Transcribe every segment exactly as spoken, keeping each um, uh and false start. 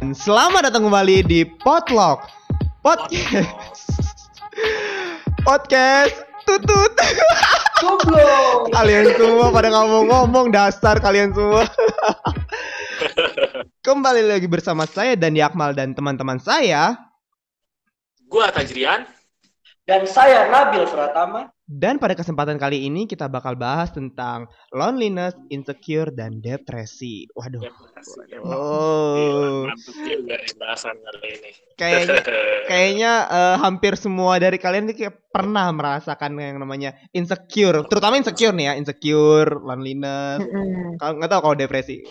Selamat datang kembali di Potluck Podcast. Podcast tutut. Goblok. Kalian semua pada ngomong-ngomong, dasar kalian semua. Kembali lagi bersama saya dan Yakmal dan teman-teman saya. Gua Tajrian. Dan saya Nabil Pratama. Dan pada kesempatan kali ini kita bakal bahas tentang loneliness, insecure, dan depresi. Waduh. Depresi. Oh. Mantap juga nih bahasan kali ini. Kayaknya kayaknya uh, hampir semua dari kalian nih kayak pernah merasakan yang namanya insecure, terutama insecure nih ya, insecure, loneliness. Kalau nggak tahu kalau depresi.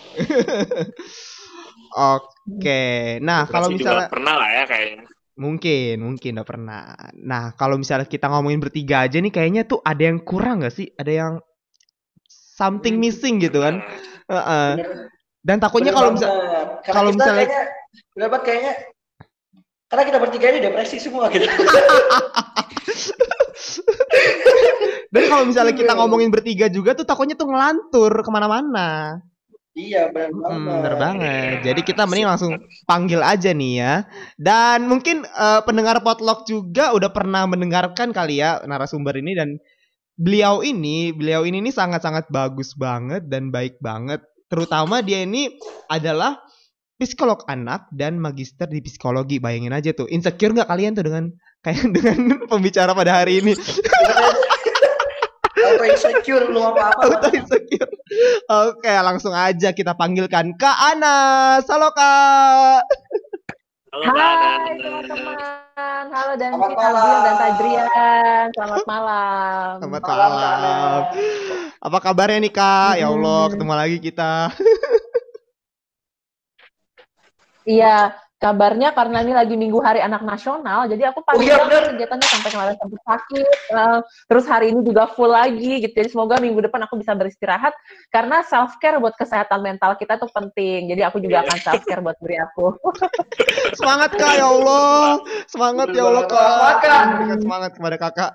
Oke. Nah, Depresi kalau juga misalnya pernah lah ya kayaknya. Mungkin, mungkin udah pernah. Nah, kalau misalnya kita ngomongin bertiga aja nih, kayaknya tuh ada yang kurang gak sih? Ada yang something missing gitu kan? Uh-uh. Dan takutnya kalau misalnya, kalau misalnya, kayaknya, berapa kayaknya, karena kita bertiga ini depresi semua gitu. Dan kalau misalnya kita ngomongin bertiga juga tuh takutnya tuh ngelantur kemana-mana. Iya, benar banget. Hmm, bener banget. Jadi kita mending langsung panggil aja nih ya. Dan mungkin uh, pendengar Potluck juga udah pernah mendengarkan kali ya narasumber ini, dan beliau ini, beliau ini nih sangat-sangat bagus banget dan baik banget. Terutama dia ini adalah psikolog anak dan magister di psikologi. Bayangin aja tuh, insecure nggak kalian tuh dengan kayak dengan pembicara pada hari ini? Auto insecure lu apa-apa. Auto insecure. Oke, langsung aja kita panggilkan Kak Anas. Halo Kak. Halo, hai teman-teman. Halo dan Nabil dan Tajrian. Selamat malam. Selamat malam. malam. Apa kabarnya nih Kak? Ya Allah, ketemu lagi kita. Iya, kabarnya karena ini lagi Minggu Hari Anak Nasional, jadi aku paling oh, iya, kegiatannya sampai kemarin sampai sakit, uh, terus hari ini juga full lagi gitu. Jadi semoga minggu depan aku bisa beristirahat karena self care buat kesehatan mental kita tuh penting. Jadi aku juga akan self care buat diri aku. Semangat Kak, ya Allah, semangat ya Allah Kak. Berikan semangat kepada Kakak.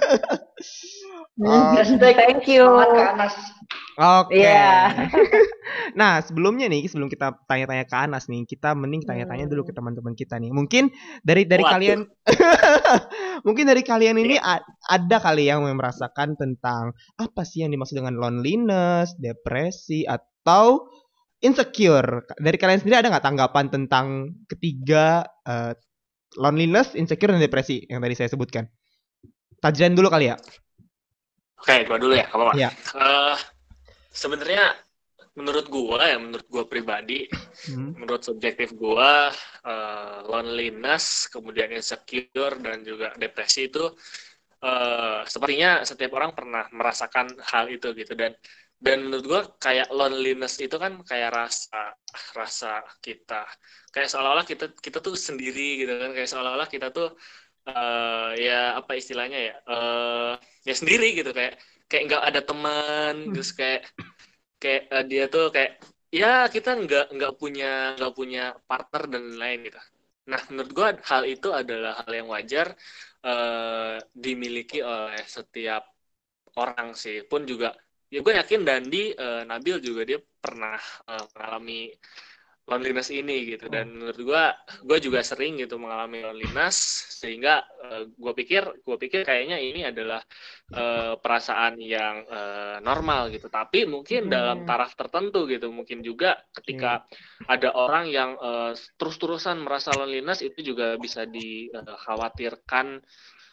Oh, thank you. Semangat Kak Anas. Oke. Okay. Yeah. Nah, sebelumnya nih, sebelum kita tanya-tanya ke Anas nih, kita mending tanya-tanya dulu ke teman-teman kita nih. Mungkin dari dari Waduh. kalian, mungkin dari kalian ini yeah. ada kali yang merasakan tentang apa sih yang dimaksud dengan loneliness, depresi, atau insecure. Dari kalian sendiri ada nggak tanggapan tentang ketiga uh, loneliness, insecure, dan depresi yang tadi saya sebutkan? Tajrian dulu kali ya. Oke, gua dulu ya, apa-apa. Iya. Uh, Sebenarnya menurut gua ya, menurut gua pribadi, hmm. menurut subjektif gua, uh, loneliness, kemudian insecure dan juga depresi itu uh, sepertinya setiap orang pernah merasakan hal itu gitu. Dan dan menurut gua kayak loneliness itu kan kayak rasa rasa kita kayak seolah-olah kita kita tuh sendiri gitu kan, kayak seolah-olah kita tuh uh, ya apa istilahnya ya uh, ya sendiri gitu, kayak kayak nggak ada teman, hmm. terus kayak kayak uh, dia tuh kayak ya kita nggak nggak punya nggak punya partner dan lain gitu. Nah, menurut gue hal itu adalah hal yang wajar uh, dimiliki oleh setiap orang sih. Pun juga ya gue yakin Dandi, uh, Nabil juga dia pernah uh, mengalami loneliness ini gitu. Dan menurut gue gue juga sering gitu mengalami loneliness, sehingga uh, gue pikir gue pikir kayaknya ini adalah uh, perasaan yang uh, normal gitu. Tapi mungkin hmm. dalam taraf tertentu gitu, mungkin juga ketika hmm. ada orang yang uh, terus-terusan merasa loneliness, itu juga bisa dikhawatirkan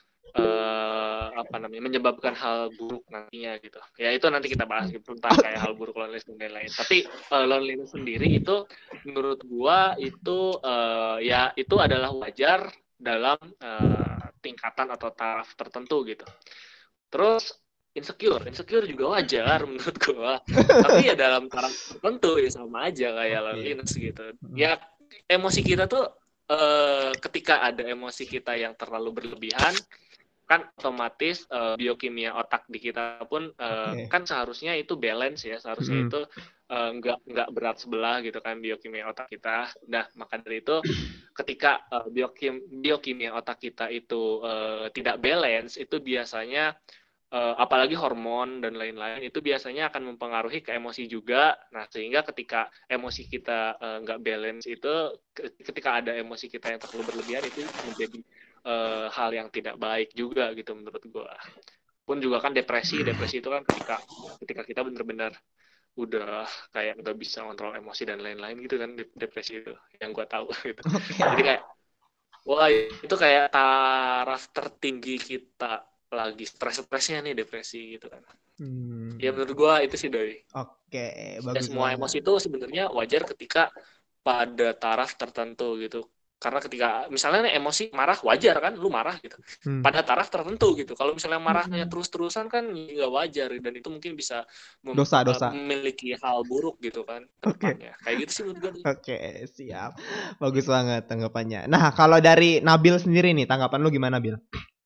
uh, apa namanya menyebabkan hal buruk nantinya gitu. Ya itu nanti kita bahas gitu, tentang kayak hal buruk loneliness dan lain-lain. Tapi uh, loneliness sendiri itu menurut gua itu uh, ya itu adalah wajar dalam uh, tingkatan atau taraf tertentu gitu. Terus insecure, insecure juga wajar menurut gua. Tapi ya dalam taraf tertentu ya sama aja kayak loneliness gitu. Ya emosi kita tuh uh, ketika ada emosi kita yang terlalu berlebihan, kan otomatis uh, biokimia otak di kita pun uh, okay. kan seharusnya itu balance ya, seharusnya mm-hmm. itu uh, nggak nggak berat sebelah gitu kan biokimia otak kita. Nah, maka dari itu ketika uh, biokim biokimia otak kita itu uh, tidak balance, itu biasanya uh, apalagi hormon dan lain-lain itu biasanya akan mempengaruhi ke emosi juga. Nah, sehingga ketika emosi kita nggak uh, balance itu, ketika ada emosi kita yang terlalu berlebihan itu menjadi uh, hal yang tidak baik juga gitu menurut gue. Pun juga kan depresi, depresi itu kan ketika ketika kita benar-benar udah kayak nggak bisa kontrol emosi dan lain-lain gitu kan, depresi itu yang gue tahu gitu. Okay. Jadi kayak wah itu kayak taraf tertinggi kita lagi stres-stresnya nih depresi gitu kan. Hmm. Ya menurut gue itu sih Doi. Oke, okay, bagus. Dan semua banget. Emosi itu sebenarnya wajar ketika pada taraf tertentu gitu. Karena ketika misalnya emosi marah wajar kan, lu marah gitu. Hmm. Pada taraf tertentu gitu. Kalau misalnya marahnya hmm. terus-terusan kan nggak wajar dan itu mungkin bisa mem- dosa, dosa. memiliki hal buruk gitu kan depannya. Okay. Kayak gitu sih menurut gue. Oke, okay, siap. Bagus banget tanggapannya. Nah, kalau dari Nabil sendiri nih, tanggapan lu gimana, Bil?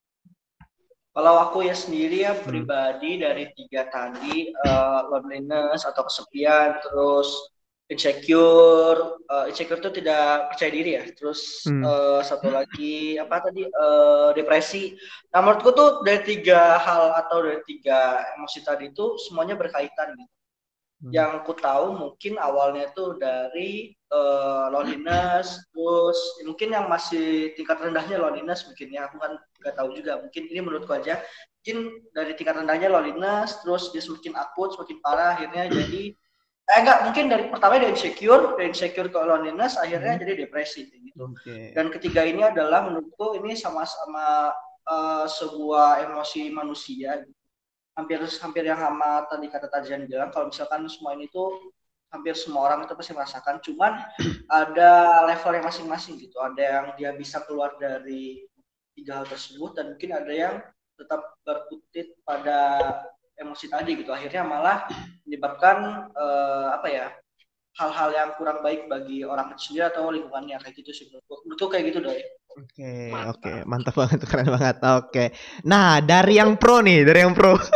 Kalau aku ya sendiri ya pribadi hmm. dari tiga tadi uh, loneliness atau kesepian, terus insecure, uh, insecure itu tidak percaya diri ya. Terus hmm. uh, satu lagi apa tadi uh, depresi. Nah menurutku tuh dari tiga hal atau dari tiga emosi tadi itu semuanya berkaitan gitu. Hmm. Yang ku tahu mungkin awalnya tuh dari uh, loneliness, terus mungkin yang masih tingkat rendahnya loneliness mungkin ya aku kan nggak tahu juga. Mungkin ini menurutku aja. Mungkin dari tingkat rendahnya loneliness, terus dia semakin akut, semakin parah, akhirnya jadi Eh enggak, mungkin dari pertama dari insecure, dari insecure ke loneliness, akhirnya hmm. jadi depresi gitu. Okay. Dan ketiga ini adalah menurutku ini sama-sama uh, sebuah emosi manusia. Gitu. Hampir hampir yang sama tadi kata Tajian bilang, kalau misalkan semua ini tuh hampir semua orang itu pasti merasakan. Cuman ada levelnya masing-masing gitu. Ada yang dia bisa keluar dari tiga hal tersebut dan mungkin ada yang tetap berkutit pada emosi tadi gitu, akhirnya malah menyebabkan uh, apa ya hal-hal yang kurang baik bagi orang itu sendiri atau lingkungannya kayak gitu sih menurutku. Menurutku kayak gitu Doi. Oke, oke, okay. Mantap banget, keren banget. Oke, okay. Nah dari yang pro nih, dari yang pro.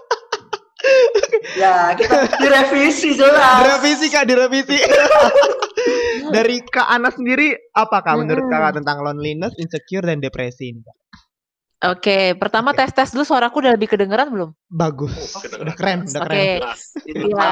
Ya kita direvisi jelas. Direvisi kak, direvisi. Dari Kak Ana sendiri, apa kak menurut kakak tentang loneliness, insecure dan depresi ini? Oke, okay, pertama okay. tes-tes dulu suaraku udah lebih kedengeran belum? Bagus, oh, udah keren, udah okay. keren. Iya,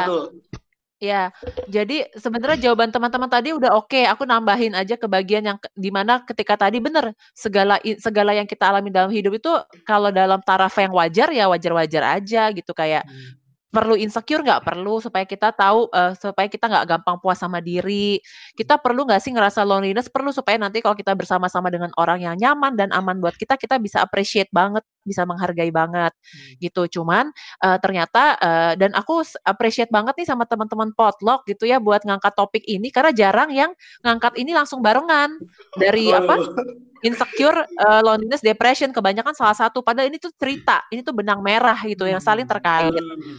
ya. Jadi sebenarnya jawaban teman-teman tadi udah oke. Okay. Aku nambahin aja ke bagian yang dimana ketika tadi bener segala segala yang kita alami dalam hidup itu kalau dalam taraf yang wajar ya wajar-wajar aja gitu kayak. Hmm. Perlu insecure nggak? Perlu supaya kita tahu uh, supaya kita nggak gampang puas sama diri. Kita perlu nggak sih ngerasa loneliness? Perlu supaya nanti kalau kita bersama-sama dengan orang yang nyaman dan aman buat kita, kita bisa appreciate banget, bisa menghargai banget hmm. gitu. Cuman uh, ternyata uh, dan aku appreciate banget nih sama teman-teman potluck gitu ya buat ngangkat topik ini karena jarang yang ngangkat ini langsung barengan dari apa? Insecure, uh, loneliness, depression kebanyakan salah satu. Padahal ini tuh cerita, ini tuh benang merah gitu yang saling terkait.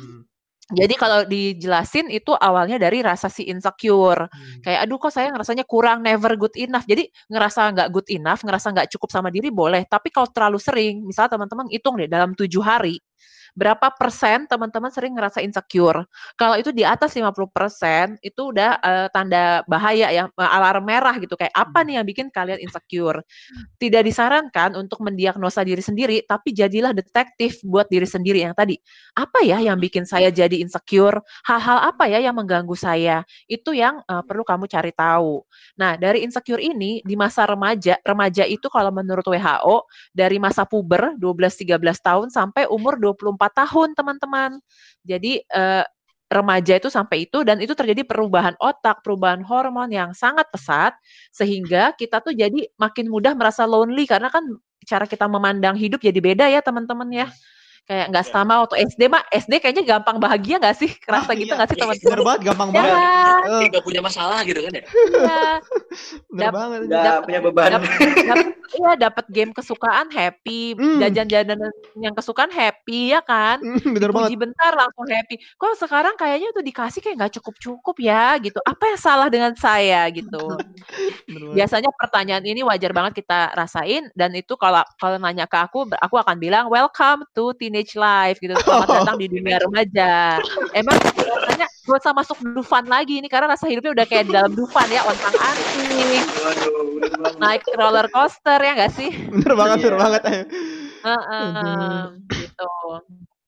Jadi kalau dijelasin itu awalnya dari rasa si insecure. Hmm. Kayak aduh kok saya ngerasanya kurang, never good enough. Jadi ngerasa nggak good enough, ngerasa nggak cukup sama diri boleh. Tapi kalau terlalu sering, misalnya teman-teman hitung deh dalam tujuh hari, berapa persen teman-teman sering ngerasa insecure. Kalau itu di atas lima puluh persen, itu udah uh, tanda bahaya ya, alarm merah gitu. Kayak apa nih yang bikin kalian insecure? Tidak disarankan untuk mendiagnosa diri sendiri, tapi jadilah detektif buat diri sendiri yang tadi. Apa ya yang bikin saya jadi insecure? Hal-hal apa ya yang mengganggu saya? Itu yang uh, perlu kamu cari tahu. Nah, dari insecure ini, di masa remaja, remaja itu kalau menurut W H O, dari masa puber, dua belas tiga belas tahun, sampai umur dua puluh empat tahun, teman-teman. Jadi, uh, remaja itu sampai itu, dan itu terjadi perubahan otak, perubahan hormon yang sangat pesat, sehingga kita tuh jadi makin mudah merasa lonely, karena kan cara kita memandang hidup jadi beda ya teman-teman ya. Kayak nggak sama waktu S D mah, S D kayaknya gampang bahagia nggak sih? Kerasa oh, gitu nggak iya. sih teman-teman? Bener banget, gampang ya. banget. Uh. Gak punya masalah gitu kan ya? Iya. Bener Dap- banget. Gak punya beban. Iya, dapat game kesukaan happy, mm. jajan-jajan yang kesukaan happy ya kan? Mm, bener Dipuji banget. bentar langsung happy. Kok sekarang kayaknya tuh dikasih kayak nggak cukup-cukup ya gitu. Apa yang salah dengan saya gitu? Biasanya pertanyaan ini wajar banget kita rasain, dan itu kalau kalau nanya ke aku, aku akan bilang welcome to teenage life gitu. Selamat oh. datang di dunia remaja. Emang rasanya gak usah masuk Dufan lagi ini karena rasa hidupnya udah kayak di dalam Dufan ya, ontang anting. Naik roller coaster ya nggak sih? Bener banget, bener banget. Uh, uh, gitu.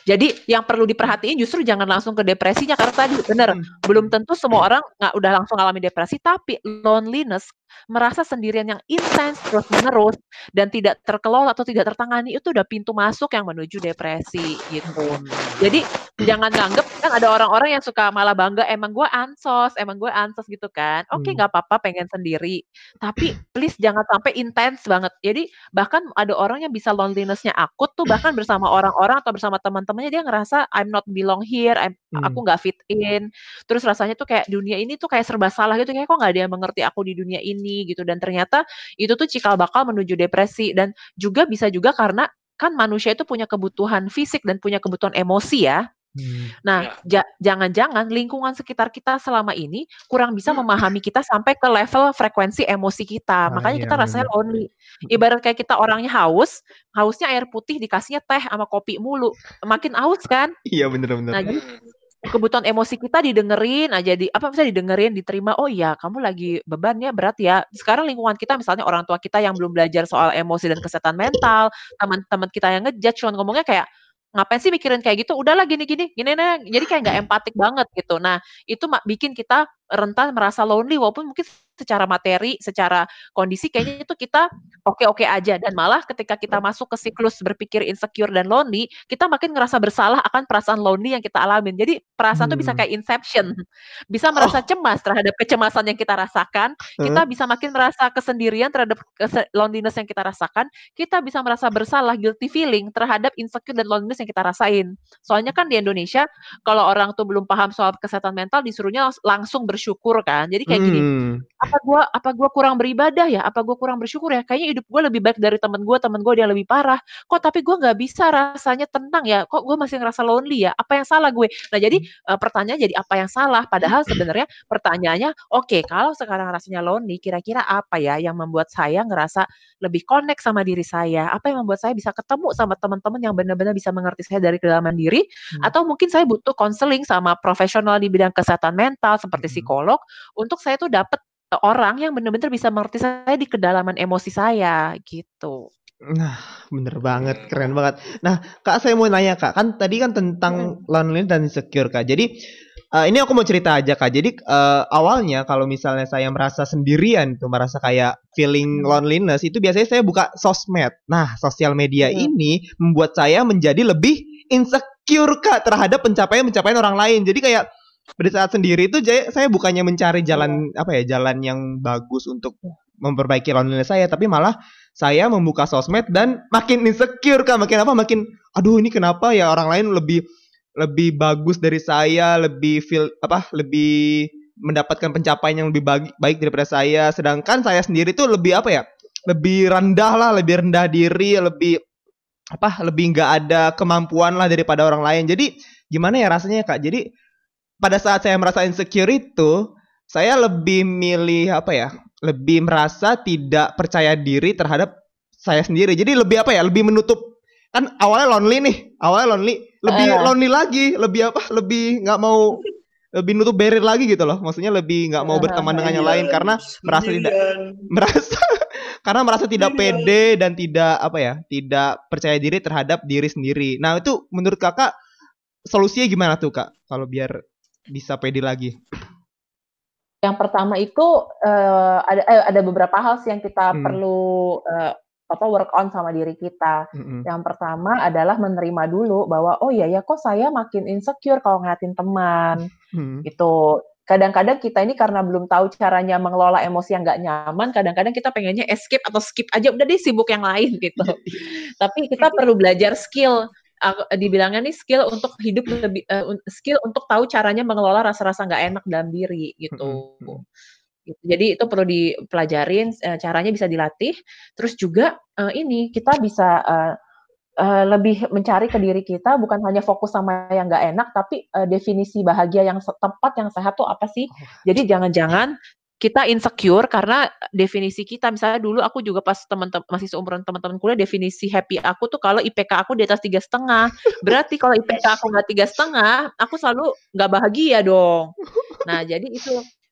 Jadi yang perlu diperhatiin justru jangan langsung ke depresinya, karena tadi bener, hmm. belum tentu semua orang nggak udah langsung alami depresi, tapi loneliness, merasa sendirian yang intens terus menerus dan tidak terkelola atau tidak tertangani itu udah pintu masuk yang menuju depresi gitu. Jadi jangan nganggep, kan ada orang-orang yang suka malah bangga, emang gue ansos, emang gue ansos gitu kan. Oke, okay, nggak hmm. apa-apa pengen sendiri, tapi please jangan sampai intens banget. Jadi bahkan ada orang yang bisa loneliness-nya akut tuh bahkan bersama orang-orang atau bersama teman-temannya dia ngerasa I'm not belong here, I'm, hmm. aku nggak fit in. Terus rasanya tuh kayak dunia ini tuh kayak serba salah gitu, kayak kok nggak ada yang mengerti aku di dunia ini gitu. Dan ternyata itu tuh cikal bakal menuju depresi. Dan juga bisa juga karena kan manusia itu punya kebutuhan fisik dan punya kebutuhan emosi ya. Hmm. Nah, ya. ja- jangan-jangan lingkungan sekitar kita selama ini kurang bisa memahami kita sampai ke level frekuensi emosi kita. Ah, Makanya iya, kita rasanya iya. lonely. Ibarat kayak kita orangnya haus, hausnya air putih dikasihnya teh sama kopi mulu. Makin haus kan? Iya, bener-bener. Nah, jadi kebutuhan emosi kita didengerin aja, di apa bisa didengerin, diterima. Oh iya, kamu lagi bebannya berat ya. Sekarang lingkungan kita misalnya orang tua kita yang belum belajar soal emosi dan kesehatan mental, teman-teman kita yang ngejudge cuma ngomongnya kayak ngapain sih mikirin kayak gitu? Udahlah gini-gini, gini nih. Jadi kayak nggak empatik banget gitu. Nah, itu bikin kita rentan merasa lonely walaupun mungkin secara materi, secara kondisi kayaknya itu kita oke-oke aja. Dan malah ketika kita masuk ke siklus berpikir insecure dan lonely, kita makin ngerasa bersalah akan perasaan lonely yang kita alamin. Jadi perasaan hmm. tuh bisa kayak inception. Bisa merasa oh. cemas terhadap kecemasan yang kita rasakan. Kita huh? bisa makin merasa kesendirian terhadap loneliness yang kita rasakan. Kita bisa merasa bersalah, guilty feeling terhadap insecure dan loneliness yang kita rasain. Soalnya kan di Indonesia, kalau orang tuh belum paham soal kesehatan mental, disuruhnya langsung bersyukur kan. Jadi kayak hmm. gini, apa gua apa gua kurang beribadah ya? Apa gua kurang bersyukur ya? Kayaknya hidup gue lebih baik dari temen gue, temen gue dia lebih parah. Kok tapi gue nggak bisa rasanya tenang ya? Kok gue masih ngerasa lonely ya? Apa yang salah gue? Nah jadi uh, pertanyaan jadi apa yang salah? Padahal sebenarnya pertanyaannya, oke okay, kalau sekarang rasanya lonely, kira-kira apa ya yang membuat saya ngerasa lebih connect sama diri saya? Apa yang membuat saya bisa ketemu sama teman-teman yang benar-benar bisa mengerti saya dari kedalaman diri? Hmm. Atau mungkin saya butuh konseling sama profesional di bidang kesehatan mental seperti hmm. psikolog untuk saya tuh dapat orang yang benar-benar bisa mengerti saya di kedalaman emosi saya gitu. Nah, bener banget, keren banget. Nah, Kak, saya mau nanya Kak, kan tadi kan tentang hmm. lonely dan insecure Kak. Jadi uh, ini aku mau cerita aja Kak. Jadi uh, awalnya kalau misalnya saya merasa sendirian tuh, merasa kayak feeling loneliness, itu biasanya saya buka sosmed. Nah, sosial media hmm. ini membuat saya menjadi lebih insecure Kak terhadap pencapaian-pencapaian orang lain. Jadi kayak pada saat sendiri itu saya bukannya mencari jalan apa ya jalan yang bagus untuk memperbaiki loneliness saya, tapi malah saya membuka sosmed dan makin insecure Kak, makin apa makin aduh ini kenapa ya orang lain lebih lebih bagus dari saya, lebih feel apa lebih mendapatkan pencapaian yang lebih baik, baik daripada saya, sedangkan saya sendiri tuh lebih apa ya lebih rendah lah, lebih rendah diri, lebih apa lebih nggak ada kemampuan lah daripada orang lain. Jadi gimana ya rasanya Kak? Jadi pada saat saya merasa insecure itu, saya lebih milih apa ya? Lebih merasa tidak percaya diri terhadap saya sendiri. Jadi lebih apa ya? Lebih menutup. Kan awalnya lonely nih, awalnya lonely, lebih uh. lonely lagi, lebih apa? Lebih nggak mau, lebih nutup barrier lagi gitu loh. Maksudnya lebih nggak mau berteman uh, dengan yang lain karena merasa tidak merasa karena merasa tidak pede dan tidak apa ya? Tidak percaya diri terhadap diri sendiri. Nah itu menurut Kakak solusinya gimana tuh Kak? Kalau biar bisa pede lagi. Yang pertama itu uh, ada eh, ada beberapa hal sih yang kita hmm. perlu uh, apa work on sama diri kita. Hmm. Yang pertama adalah menerima dulu bahwa oh iya ya kok saya makin insecure kalau ngeliatin teman. Hmm. Itu kadang-kadang kita ini karena belum tahu caranya mengelola emosi yang nggak nyaman, kadang-kadang kita pengennya escape atau skip aja udah deh sibuk yang lain gitu. Tapi kita perlu belajar skill. Dibilangnya nih skill untuk hidup lebih uh, skill untuk tahu caranya mengelola rasa-rasa nggak enak dalam diri gitu. Mm-hmm. Jadi itu perlu dipelajarin, uh, caranya bisa dilatih. Terus juga uh, ini kita bisa uh, uh, lebih mencari ke diri kita, bukan hanya fokus sama yang nggak enak, tapi uh, definisi bahagia yang tepat, yang sehat tuh apa sih? Jadi jangan-jangan kita insecure karena definisi kita, misalnya dulu aku juga pas teman-teman masih seumuran teman-teman kuliah, definisi happy aku tuh kalau I P K aku di atas tiga setengah. Berarti kalau I P K aku nggak tiga setengah, aku selalu nggak bahagia dong. Nah jadi itu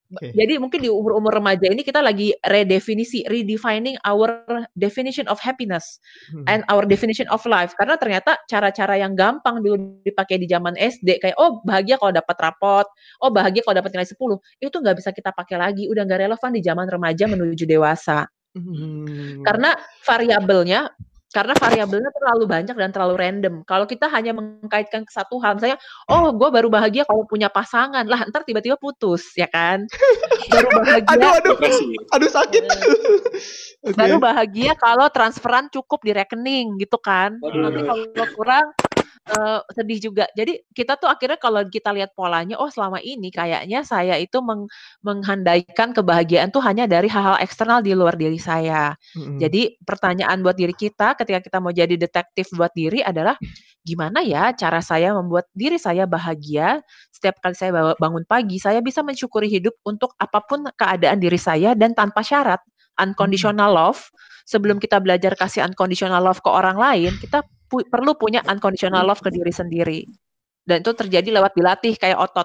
Okay. Jadi mungkin di umur-umur remaja ini kita lagi redefinisi, redefining our definition of happiness Hmm. and our definition of life. Karena ternyata cara-cara yang gampang dulu dipakai di zaman S D kayak oh bahagia kalau dapat rapot, oh bahagia kalau dapat nilai sepuluh, itu nggak bisa kita pakai lagi, udah nggak relevan di zaman remaja menuju dewasa. Hmm. Karena variabelnya karena variabelnya terlalu banyak dan terlalu random. Kalau kita hanya mengkaitkan ke satu hal, misalnya, oh gue baru bahagia kalau punya pasangan, lah ntar tiba-tiba putus, ya kan? Baru bahagia, aduh aduh, aduh sakit. Okay. Baru bahagia kalau transferan cukup di rekening, gitu kan? Waduh. Nanti kalau kurang uh, sedih juga. Jadi kita tuh akhirnya kalau kita lihat polanya, oh selama ini kayaknya saya itu meng- menghandaikan kebahagiaan tuh hanya dari hal-hal eksternal di luar diri saya. Mm-hmm. Jadi pertanyaan buat diri kita ketika kita mau jadi detektif buat diri adalah gimana ya cara saya membuat diri saya bahagia setiap kali saya bangun pagi, saya bisa mensyukuri hidup untuk apapun keadaan diri saya dan tanpa syarat. Unconditional love. Sebelum kita belajar kasih unconditional love ke orang lain, kita pu- perlu punya unconditional love ke diri sendiri. Dan itu terjadi lewat dilatih kayak otot.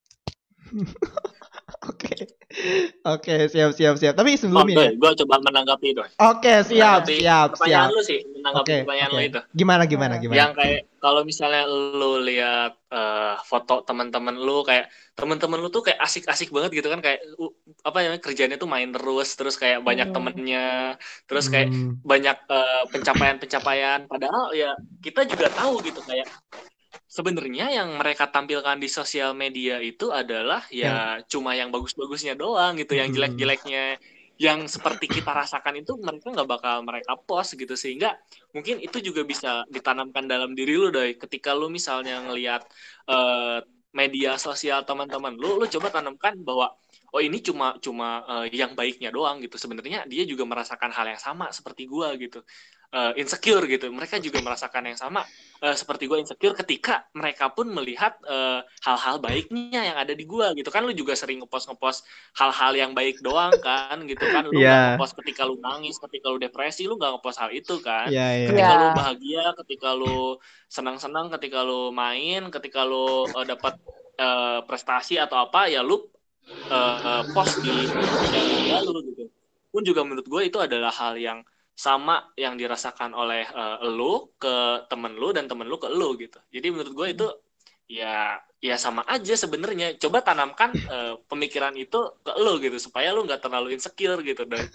Oke. Oke, siap siap siap. Tapi sebelumnya oh, gue coba menanggapi itu. Oke, siap menanggapi siap pertanyaan siap. lu sih, menanggapi okay, pertanyaan okay. lu itu. Gimana gimana gimana? Yang kayak kalau misalnya lu lihat uh, foto teman-teman lu kayak teman-teman lu tuh kayak asik-asik banget gitu kan, kayak uh, apa namanya kerjanya tuh main terus terus kayak banyak hmm. temennya, terus kayak hmm. banyak uh, pencapaian-pencapaian, padahal ya kita juga tahu gitu kayak sebenarnya yang mereka tampilkan di sosial media itu adalah ya, ya. cuma yang bagus-bagusnya doang gitu, hmm. yang jelek-jeleknya yang seperti kita rasakan itu mereka nggak bakal mereka post gitu, sehingga mungkin itu juga bisa ditanamkan dalam diri lu doi. Ketika lu misalnya ngelihat uh, media sosial teman-teman lu, lu coba tanamkan bahwa oh ini cuma cuma uh, yang baiknya doang gitu. Sebenarnya dia juga merasakan hal yang sama seperti gua gitu. Uh, insecure gitu, mereka juga merasakan yang sama uh, seperti gue insecure ketika mereka pun melihat uh, hal-hal baiknya yang ada di gue gitu kan. Lu juga sering ngepost ngepost hal-hal yang baik doang kan gitu kan, lu yeah. nggak ngepost ketika lu nangis, ketika lu depresi, lu nggak ngepost hal itu kan. yeah, yeah. Ketika yeah. lu bahagia, ketika lu senang-senang, ketika lu main, ketika lu uh, dapat uh, prestasi atau apa ya lu uh, post di sosial media lu gitu. Pun juga menurut gue itu adalah hal yang sama yang dirasakan oleh uh, lu ke temen lu dan temen lu ke lu gitu. Jadi menurut gue itu ya ya sama aja sebenarnya. Coba tanamkan uh, pemikiran itu ke lu gitu supaya lu nggak terlalu insecure gitu dan.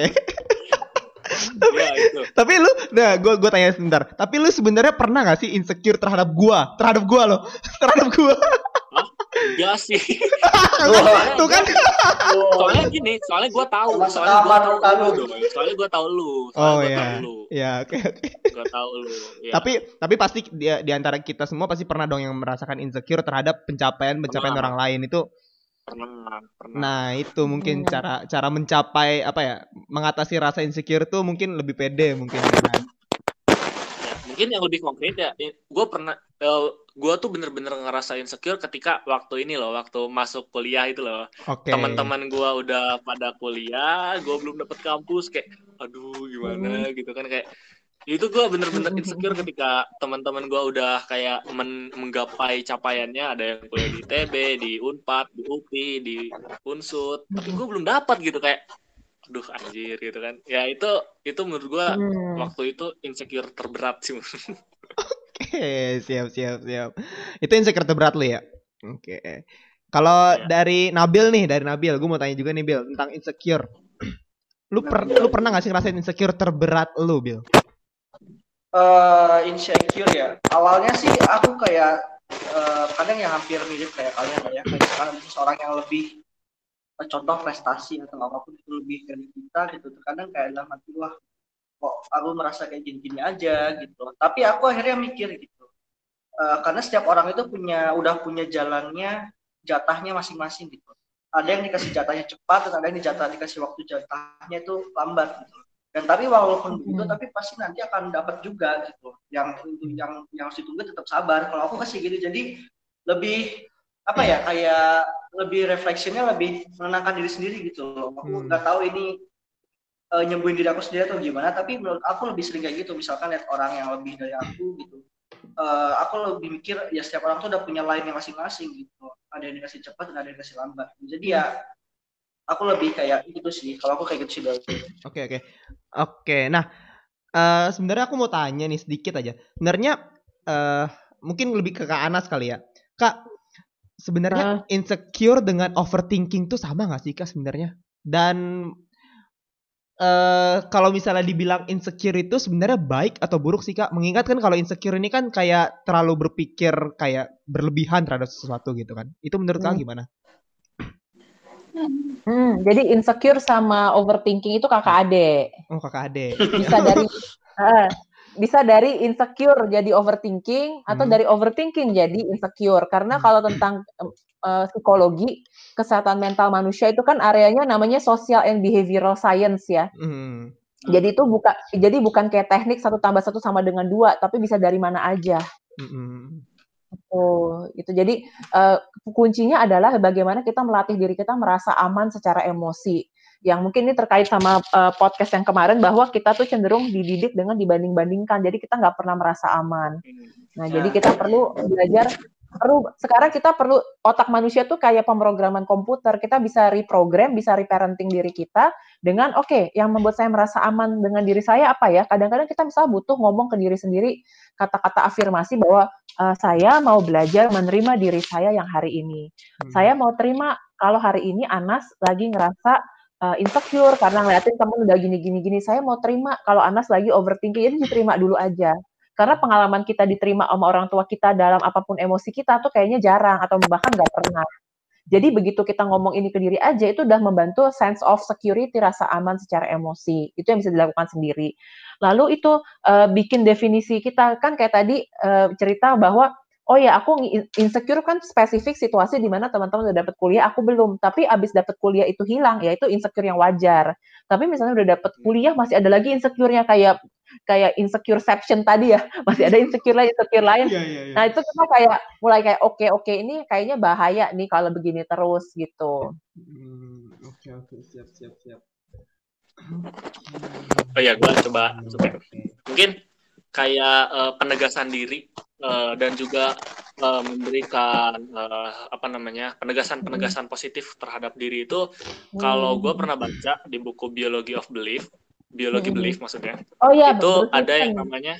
tapi, ya, itu. Tapi lu, nah gue gue tanya sebentar. Tapi lu sebenarnya pernah nggak sih insecure terhadap gua, terhadap gua lo, terhadap gua? Enggak sih. Tuh kan. Soalnya gini, soalnya gue tahu, soalnya gue tahu lu, soalnya gue tahu lu, soalnya oh, gue ya. tahu lu. Ya, oke oke. Gue tahu lu. Ya. Tapi tapi pasti di, di antara kita semua pasti pernah dong yang merasakan insecure terhadap pencapaian-pencapaian orang lain itu. Pernah, pernah. Nah, itu mungkin hmm. cara cara mencapai apa ya? Mengatasi rasa insecure tuh mungkin lebih pede mungkin kan. Mungkin yang lebih konkret ya, gue pernah, uh, gue tuh bener-bener ngerasa insecure ketika waktu ini loh, waktu masuk kuliah itu loh. Okay. Teman-teman gue udah pada kuliah, gue belum dapet kampus, kayak, aduh gimana mm. gitu kan, kayak itu gue bener-bener insecure ketika teman-teman gue udah kayak men- menggapai capaiannya, ada yang kuliah di I T B, di Unpad, di U P I, di Unsud, tapi gue belum dapat gitu, kayak aduh anjir gitu kan. Ya itu itu menurut gue hmm. waktu itu insecure terberat sih. Oke, okay, siap siap siap. Itu insecure terberat lu ya? Oke. Okay. Kalau ya. dari Nabil nih, dari Nabil, gue mau tanya juga nih Bil tentang insecure. Lu per, lu pernah nggak sih ngerasain insecure terberat lu, Bil? Uh, insecure ya. Awalnya sih aku kayak uh, kadang yang hampir mirip kayak kalian ya, kayak kan seseorang yang lebih contoh prestasi atau apapun itu lebih dari kita gitu, terkadang kayak dalam hati wah kok aku merasa kayak gini-gini aja gitu. Tapi aku akhirnya mikir gitu, uh, karena setiap orang itu punya udah punya jalannya, jatahnya masing-masing gitu. Ada yang dikasih jatahnya cepat, dan ada yang dijatah dikasih waktu jatahnya itu lambat gitu. Dan tapi walaupun begitu, hmm. tapi pasti nanti akan dapat juga gitu. Yang yang yang harus ditunggu tetap sabar. Kalau aku kasih gitu, jadi lebih apa ya, kayak lebih refleksinya lebih menenangkan diri sendiri gitu loh. Aku nggak hmm. tahu ini uh, nyembuhin diri aku sendiri atau gimana, tapi menurut aku lebih sering kayak gitu. Misalkan lihat orang yang lebih dari aku gitu, uh, aku lebih mikir ya setiap orang tuh udah punya line-nya masing-masing gitu. Ada yang dikasih cepat, ada yang dikasih lambat. Jadi ya aku lebih kayak gitu sih. Kalau aku kayak gitu sih. Oke oke oke. Nah uh, sebenarnya aku mau tanya nih sedikit aja. Sebenarnya uh, mungkin lebih ke Kak Anas kali ya. Kak, sebenarnya uh. insecure dengan overthinking tuh sama nggak sih Kak sebenarnya? Dan Uh, kalau misalnya dibilang insecure itu sebenarnya baik atau buruk sih Kak? Mengingat kan kalau insecure ini kan kayak terlalu berpikir kayak berlebihan terhadap sesuatu gitu kan. Itu menurut hmm. Kak gimana? Hmm, jadi insecure sama overthinking itu kakak adik. Oh kakak adik. Bisa dari uh, bisa dari insecure jadi overthinking atau hmm. dari overthinking jadi insecure. Karena hmm. kalau tentang uh, psikologi, kesehatan mental manusia itu kan areanya namanya social and behavioral science ya. Hmm. Jadi itu bukan jadi bukan kayak teknik satu tambah satu sama dengan dua, tapi bisa dari mana aja. Hmm. Oh, itu jadi uh, kuncinya adalah bagaimana kita melatih diri kita merasa aman secara emosi. Yang mungkin ini terkait sama uh, podcast yang kemarin bahwa kita tuh cenderung dididik dengan dibanding-bandingkan. Jadi kita nggak pernah merasa aman. Nah, ya. Jadi kita perlu belajar. Perlu sekarang kita perlu otak manusia tuh kayak pemrograman komputer. Kita bisa reprogram, bisa reparenting diri kita dengan oke, okay, yang membuat saya merasa aman dengan diri saya apa ya? Kadang-kadang kita misalnya butuh ngomong ke diri sendiri kata-kata afirmasi bahwa uh, saya mau belajar menerima diri saya yang hari ini. Hmm. Saya mau terima kalau hari ini Anas lagi ngerasa uh, insecure karena ngeliatin temen udah gini-gini-gini. Saya mau terima kalau Anas lagi overthinking, jadi diterima dulu aja. Karena pengalaman kita diterima sama orang tua kita dalam apapun emosi kita tuh kayaknya jarang atau bahkan nggak pernah. Jadi begitu kita ngomong ini ke diri aja itu udah membantu sense of security, rasa aman secara emosi. Itu yang bisa dilakukan sendiri. Lalu itu uh, bikin definisi kita kan kayak tadi uh, cerita bahwa oh ya aku insecure kan spesifik situasi di mana teman-teman udah dapat kuliah, aku belum. Tapi abis dapat kuliah itu hilang, ya itu insecure yang wajar. Tapi misalnya udah dapat kuliah masih ada lagi insecure-nya kayak kayak insecureception tadi ya, masih ada insecure lain, insecure lain. Yeah, yeah, yeah. Nah itu kita kayak mulai kayak oke okay, oke okay, ini kayaknya bahaya nih kalau begini terus gitu. Oke hmm, oke okay, okay. siap siap siap. Oh ya, gue coba, coba mungkin kayak uh, penegasan diri uh, dan juga uh, memberikan uh, apa namanya penegasan-penegasan positif terhadap diri itu. Hmm. Kalau gue pernah baca di buku Biology of Belief, biologi hmm. belief maksudnya, oh, ya, itu ada yang namanya,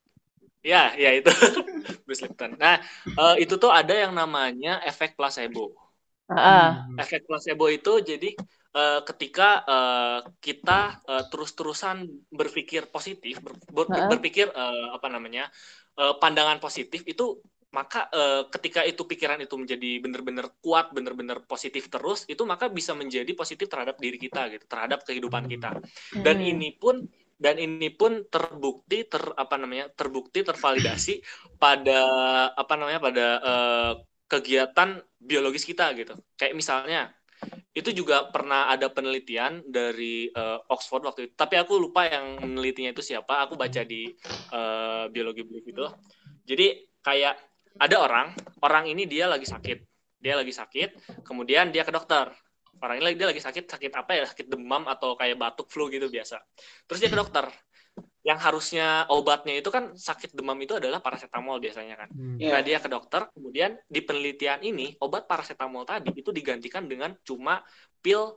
ya ya itu Bruce Lipton. Nah uh, itu tuh ada yang namanya efek placebo. Uh. Efek placebo itu jadi Uh, ketika uh, kita uh, terus-terusan berpikir positif, ber, ber, uh-huh. berpikir uh, apa namanya uh, pandangan positif itu, maka uh, ketika itu pikiran itu menjadi benar-benar kuat, benar-benar positif terus, itu maka bisa menjadi positif terhadap diri kita, gitu, terhadap kehidupan kita. Dan hmm. ini pun dan ini pun terbukti, ter apa namanya terbukti, tervalidasi pada apa namanya pada uh, kegiatan biologis kita, gitu. Kayak misalnya itu juga pernah ada penelitian dari uh, Oxford waktu itu, tapi aku lupa yang menelitinya itu siapa. Aku baca di uh, biologi belief itu. Jadi kayak ada orang, orang ini dia lagi sakit, dia lagi sakit, kemudian dia ke dokter. Orang ini dia lagi sakit, sakit apa ya? Sakit demam atau kayak batuk flu gitu biasa. Terus dia ke dokter. Yang harusnya obatnya itu kan sakit demam itu adalah paracetamol biasanya kan. Hmm. Nah dia ke dokter, kemudian di penelitian ini obat paracetamol tadi itu digantikan dengan cuma pil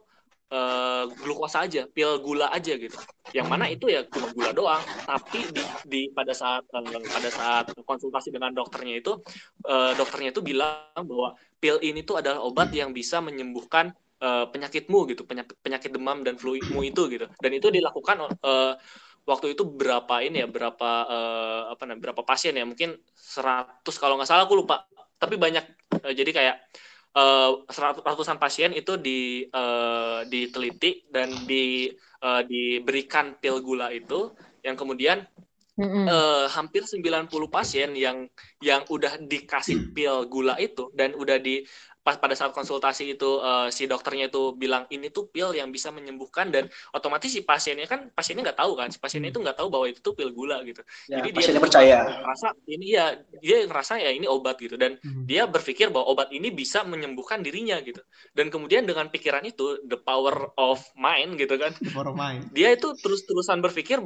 uh, glukosa aja, pil gula aja gitu. Yang mana itu ya cuma gula doang. Tapi di, di pada saat uh, pada saat konsultasi dengan dokternya itu, uh, dokternya itu bilang bahwa pil ini tuh adalah obat yang bisa menyembuhkan uh, penyakitmu gitu, penyakit, penyakit demam dan flumu itu gitu. Dan itu dilakukan uh, waktu itu berapa ini ya berapa uh, apa namanya berapa pasien ya, mungkin seratus kalau nggak salah, aku lupa, tapi banyak. Uh, jadi kayak uh, ratusan pasien itu di uh, diteliti dan di uh, diberikan pil gula itu, yang kemudian mm-hmm. uh, hampir sembilan puluh pasien yang yang udah dikasih pil gula itu dan udah di pas pada saat konsultasi itu uh, si dokternya itu bilang ini tuh pil yang bisa menyembuhkan, dan otomatis si pasiennya kan pasiennya nggak tahu kan, si pasiennya itu nggak tahu bahwa itu tuh pil gula gitu. Ya, jadi dia percaya ngerasa ini ya dia ngerasa ya ini obat gitu, dan hmm. dia berpikir bahwa obat ini bisa menyembuhkan dirinya gitu. Dan kemudian dengan pikiran itu, the power of mind gitu kan, the power of mind. Dia itu terus-terusan berpikir bahwa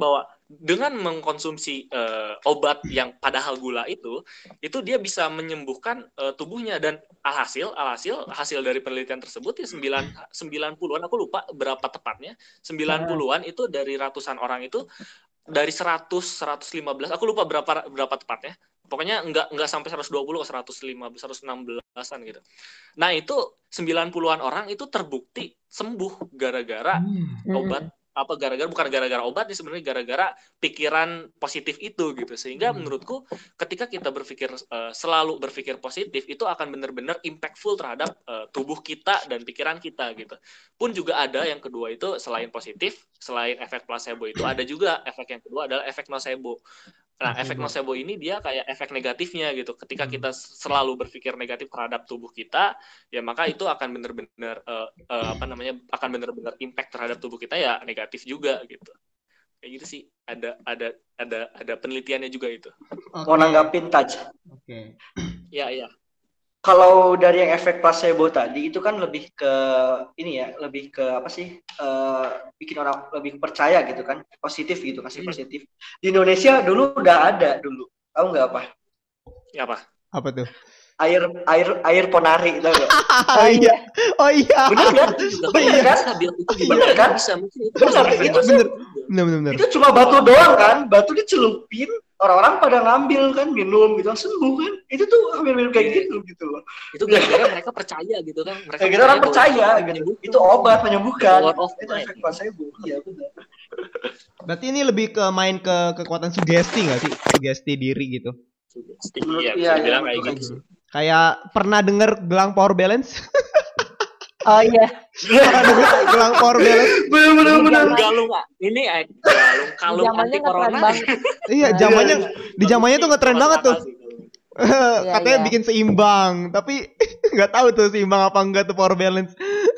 dengan mengkonsumsi uh, obat yang padahal gula itu, itu dia bisa menyembuhkan uh, tubuhnya. Dan alhasil, alhasil hasil dari penelitian tersebut ya sembilan puluhan, aku lupa berapa tepatnya, sembilan puluhan itu dari ratusan orang itu, dari seratus, seratus lima belas, aku lupa berapa berapa tepatnya. Pokoknya enggak enggak sampai seratus dua puluh ke seratus lima belas, seratus enam belasan gitu. Nah, itu sembilan puluhan orang itu terbukti sembuh gara-gara hmm. obat apa gara-gara bukan gara-gara obat nih sebenarnya, gara-gara pikiran positif itu gitu. Sehingga hmm. menurutku ketika kita berpikir uh, selalu berpikir positif itu akan benar-benar impactful terhadap uh, tubuh kita dan pikiran kita gitu. Pun juga ada yang kedua itu selain positif, selain efek placebo itu ada juga efek yang kedua adalah efek nocebo. Nah, efek nocebo ini dia kayak efek negatifnya gitu. Ketika kita selalu berpikir negatif terhadap tubuh kita, ya maka itu akan benar-benar uh, uh, apa namanya akan benar-benar impact terhadap tubuh kita ya negatif juga gitu. Kayak gitu sih. Ada ada ada ada penelitiannya juga itu. Okay. Mau nanggapin Taj. Oke. Okay. Iya, iya. Kalau dari yang efek placebo tadi itu kan lebih ke ini ya, lebih ke apa sih? Uh, bikin orang lebih percaya gitu kan, positif gitu, kasih hmm. positif. Di Indonesia dulu udah ada dulu, tahu nggak apa? Ya apa? Apa tuh? Air air air ponari itu loh. Oh iya, oh iya. Bener kan? Bener kan? Bener kan? Bener itu bener. Bener bener. Itu cuma batu doang kan, batu dicelupin. Orang-orang pada ngambil kan, minum gitu, sembuh kan. Itu tuh hampir-hampir kayak gitu gitu loh. Itu gara-gara mereka percaya gitu kan. Mereka gara-gara orang percaya gitu. Itu obat menyembuhkan. Itu efek placebo. Iya benar. Berarti ini lebih ke main ke kekuatan sugesti nggak sih? Sugesti diri gitu. Sugesti. Iya, bisa bilang kayak gitu. Kayak pernah dengar gelang power balance? Oh iya. Pernah dengar gelang power balance? Bener-bener. Galung nggak? Ini galung kalung anti corona. Iya, zamannya di zamannya tuh ngetren banget tuh. Katanya bikin seimbang, tapi nggak tahu tuh seimbang apa enggak tuh power balance.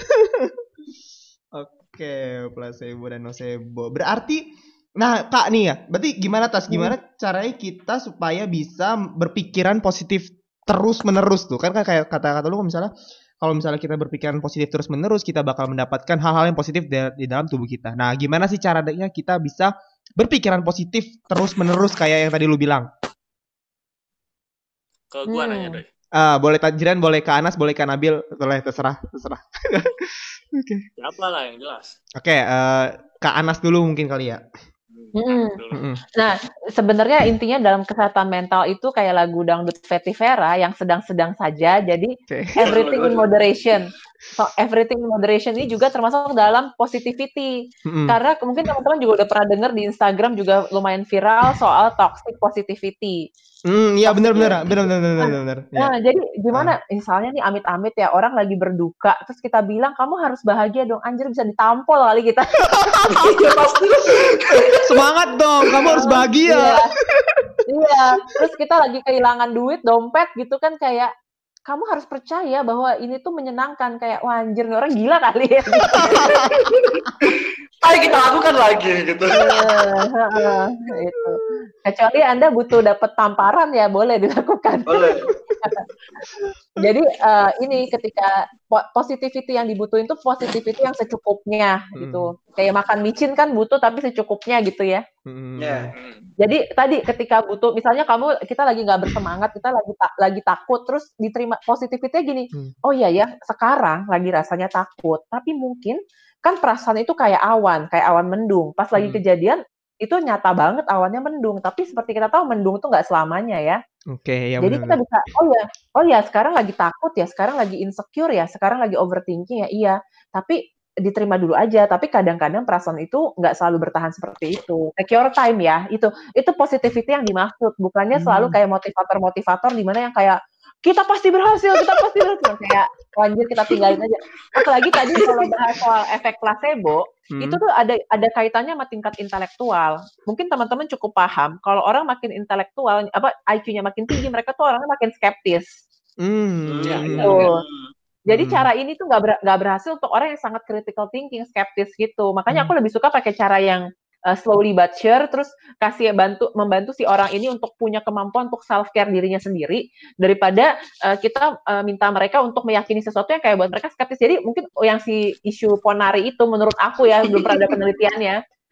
Oke, placebo dan nocebo. Berarti, nah Kak nih ya, berarti gimana Tas? Gimana hmm. caranya kita supaya bisa berpikiran positif terus menerus tuh? Kan kayak kata-kata lu misalnya, kalau misalnya kita berpikiran positif terus menerus, kita bakal mendapatkan hal-hal yang positif di, di dalam tubuh kita. Nah, gimana sih caranya kita bisa berpikiran positif terus menerus kayak yang tadi lu bilang? Ke gua hmm. nanya deh. Ah, boleh Tajran, boleh ke Anas, boleh ke Nabil, boleh terserah, terserah. Oke. Okay. Siapa lah yang jelas? Oke, okay, uh, Kak Anas dulu mungkin kali ya. Hmm. Nah, sebenarnya intinya dalam kesehatan mental itu kayak lagu dangdut Fetty Vera yang sedang-sedang saja. Jadi okay. everything in moderation. So everything in moderation ini juga termasuk dalam positivity. Mm-hmm. Karena mungkin teman-teman juga udah pernah dengar di Instagram juga lumayan viral soal toxic positivity. Hmm, iya benar-benar, benar-benar, benar-benar. Nah, ya. Jadi gimana? Uh. Misalnya nih amit-amit ya orang lagi berduka, terus kita bilang kamu harus bahagia dong, anjir bisa ditampol kali kita. Iya pasti. Semangat dong, kamu harus bahagia. Iya. Iya. Terus kita lagi kehilangan duit, dompet gitu kan kayak kamu harus percaya bahwa ini tuh menyenangkan, kayak wah anjir orang gila kali ya. Ayo kita lakukan lagi gitu. Itu. Kecuali Anda butuh dapat tamparan ya boleh dilakukan. Boleh. Jadi uh, ini ketika positivity yang dibutuhin tuh positivity yang secukupnya hmm. gitu. Kayak makan micin kan butuh tapi secukupnya gitu ya. Hmm. Yeah. Jadi tadi ketika butuh, misalnya kamu kita lagi nggak bersemangat, kita lagi ta- lagi takut, terus diterima positivity gini. Hmm. Oh iya ya, sekarang lagi rasanya takut, tapi mungkin kan perasaan itu kayak awan, kayak awan mendung. Pas lagi hmm. kejadian itu nyata banget awannya mendung, tapi seperti kita tahu mendung tuh nggak selamanya ya. Oke, okay, ya jadi bener. Kita bisa, oh ya, oh ya sekarang lagi takut ya, sekarang lagi insecure ya, sekarang lagi overthinking ya, iya. Tapi diterima dulu aja. Tapi kadang-kadang perasaan itu nggak selalu bertahan seperti itu. Take your time ya, itu itu positivity yang dimaksud, bukannya hmm. selalu kayak motivator-motivator di mana yang kayak kita pasti berhasil, kita pasti berhasil. Kayak lanjut kita tinggalin aja. Apalagi tadi kalau bahas soal efek placebo, hmm. itu tuh ada ada kaitannya sama tingkat intelektual. Mungkin teman-teman cukup paham, kalau orang makin intelektual, apa I Q-nya makin tinggi, mereka tuh orangnya makin skeptis. Hmm. Ya, gitu. Ya. Jadi hmm. cara ini tuh nggak ber, nggak berhasil untuk orang yang sangat critical thinking, skeptis gitu. Makanya hmm. aku lebih suka pakai cara yang uh, slowly but sure, terus kasih bantu membantu si orang ini untuk punya kemampuan untuk self care dirinya sendiri daripada uh, kita uh, minta mereka untuk meyakini sesuatu yang kayak buat mereka skeptis. Jadi mungkin yang si isu ponari itu menurut aku ya belum pernah ada penelitiannya.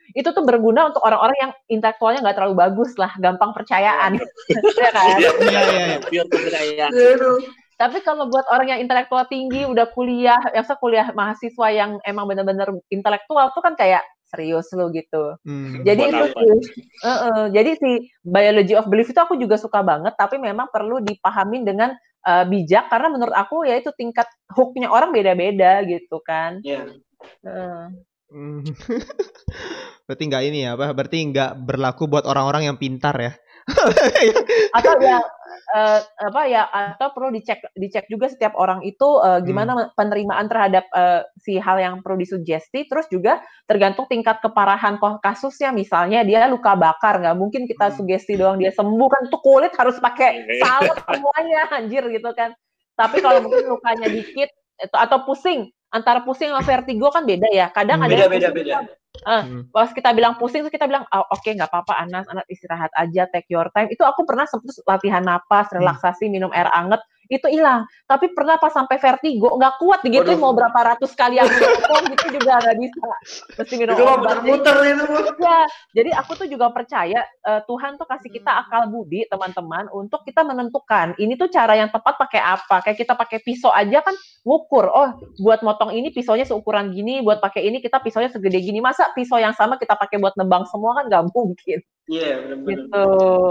itu tuh berguna untuk orang-orang yang intelektualnya nggak terlalu bagus lah, gampang percayaan. Ya kan? Iya, iya, iya. Percayaan. Tapi kalau buat orang yang intelektual tinggi, udah kuliah, yang kuliah mahasiswa yang emang benar-benar intelektual tuh kan kayak serius lu gitu. Hmm. Jadi itu sih, uh, uh, jadi si biology of belief itu aku juga suka banget, tapi memang perlu dipahamin dengan uh, bijak karena menurut aku ya itu tingkat hooknya orang beda-beda gitu kan. Iya. Yeah. Uh. Berarti nggak ini ya, apa? Berarti nggak berlaku buat orang-orang yang pintar ya? Atau ya uh, apa ya atau perlu dicek dicek juga setiap orang itu uh, gimana hmm. penerimaan terhadap uh, si hal yang perlu disugesti, terus juga tergantung tingkat keparahan kasusnya. Misalnya dia luka bakar, nggak mungkin kita sugesti doang dia sembuh kan, tuh kulit harus pakai salep semuanya anjir gitu kan. Tapi kalau mungkin lukanya dikit atau pusing, antara pusing sama vertigo kan beda ya. Kadang hmm. ada beda beda beda. Uh, hmm. Pas kita bilang pusing, terus kita bilang, oh, oke okay, nggak apa-apa Anas, Anas istirahat aja, take your time. Itu aku pernah sempat latihan napas, relaksasi, minum air anget, itu hilang. Tapi pernah pas sampai vertigo, nggak kuat digituin mau berapa ratus kali aku ngomong gitu juga nggak bisa. Mesti minum obat. Muter-muter itu. Ya, jadi aku tuh juga percaya uh, Tuhan tuh kasih kita akal budi teman-teman untuk kita menentukan ini tuh cara yang tepat pakai apa. Kayak kita pakai pisau aja kan ngukur. Oh, buat motong ini pisaunya seukuran gini, buat pakai ini kita pisaunya segede gini. Masa pisau yang sama kita pakai buat nebang semua kan nggak mungkin. Iya, yeah, benar-benar. Gitu.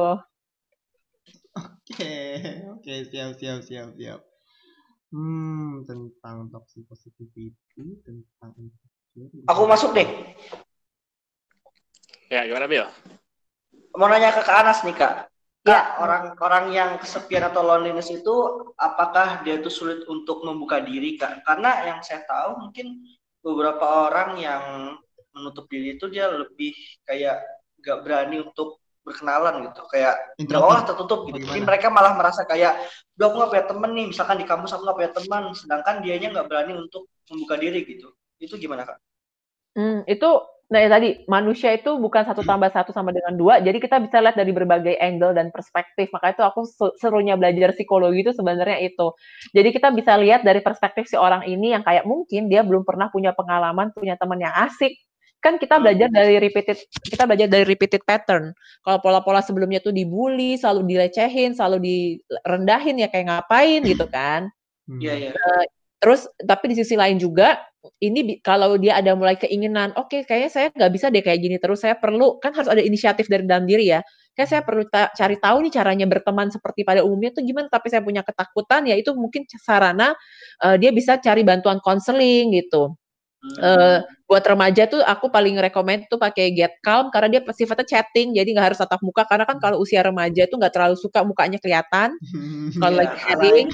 Oke, oke, siap, siap, siap, siap. Hmm, tentang toxic positivity, tentang aku masuk nih. Ya, gimana Bil? Mau nanya ke Kak Anas nih Kak. Kak, orang-orang yang kesepian atau loneliness itu, apakah dia tuh sulit untuk membuka diri Kak? Karena yang saya tahu mungkin beberapa orang yang menutup diri itu dia lebih kayak gak berani untuk berkenalan gitu, kayak olah tertutup gitu. Jadi mereka malah merasa kayak, udah aku gak punya temen nih, misalkan di kampus aku gak punya teman, sedangkan dianya gak berani untuk membuka diri gitu. Itu gimana Kak? Hmm, itu, nah ya tadi, manusia itu bukan satu tambah satu sama dengan dua, jadi kita bisa lihat dari berbagai angle dan perspektif. Makanya itu aku serunya belajar psikologi itu sebenarnya itu. Jadi kita bisa lihat dari perspektif si orang ini yang kayak mungkin dia belum pernah punya pengalaman, punya teman yang asik. Kan kita belajar dari repeated kita belajar dari repeated pattern. Kalau pola-pola sebelumnya tuh dibully, selalu dilecehin, selalu direndahin ya kayak ngapain gitu kan. Iya, iya. Uh, terus tapi di sisi lain juga ini kalau dia ada mulai keinginan, oke okay, kayaknya saya nggak bisa deh kayak gini terus, saya perlu, kan harus ada inisiatif dari dalam diri ya. Kayak saya perlu ta- cari tahu nih caranya berteman seperti pada umumnya tuh gimana, tapi saya punya ketakutan, ya itu mungkin sarana uh, dia bisa cari bantuan konseling gitu. Uh, buat remaja tuh aku paling rekomend tuh pakai Get Calm karena dia sifatnya chatting, jadi nggak harus tatap muka, karena kan kalau usia remaja tuh nggak terlalu suka mukanya kelihatan kalau lagi chatting.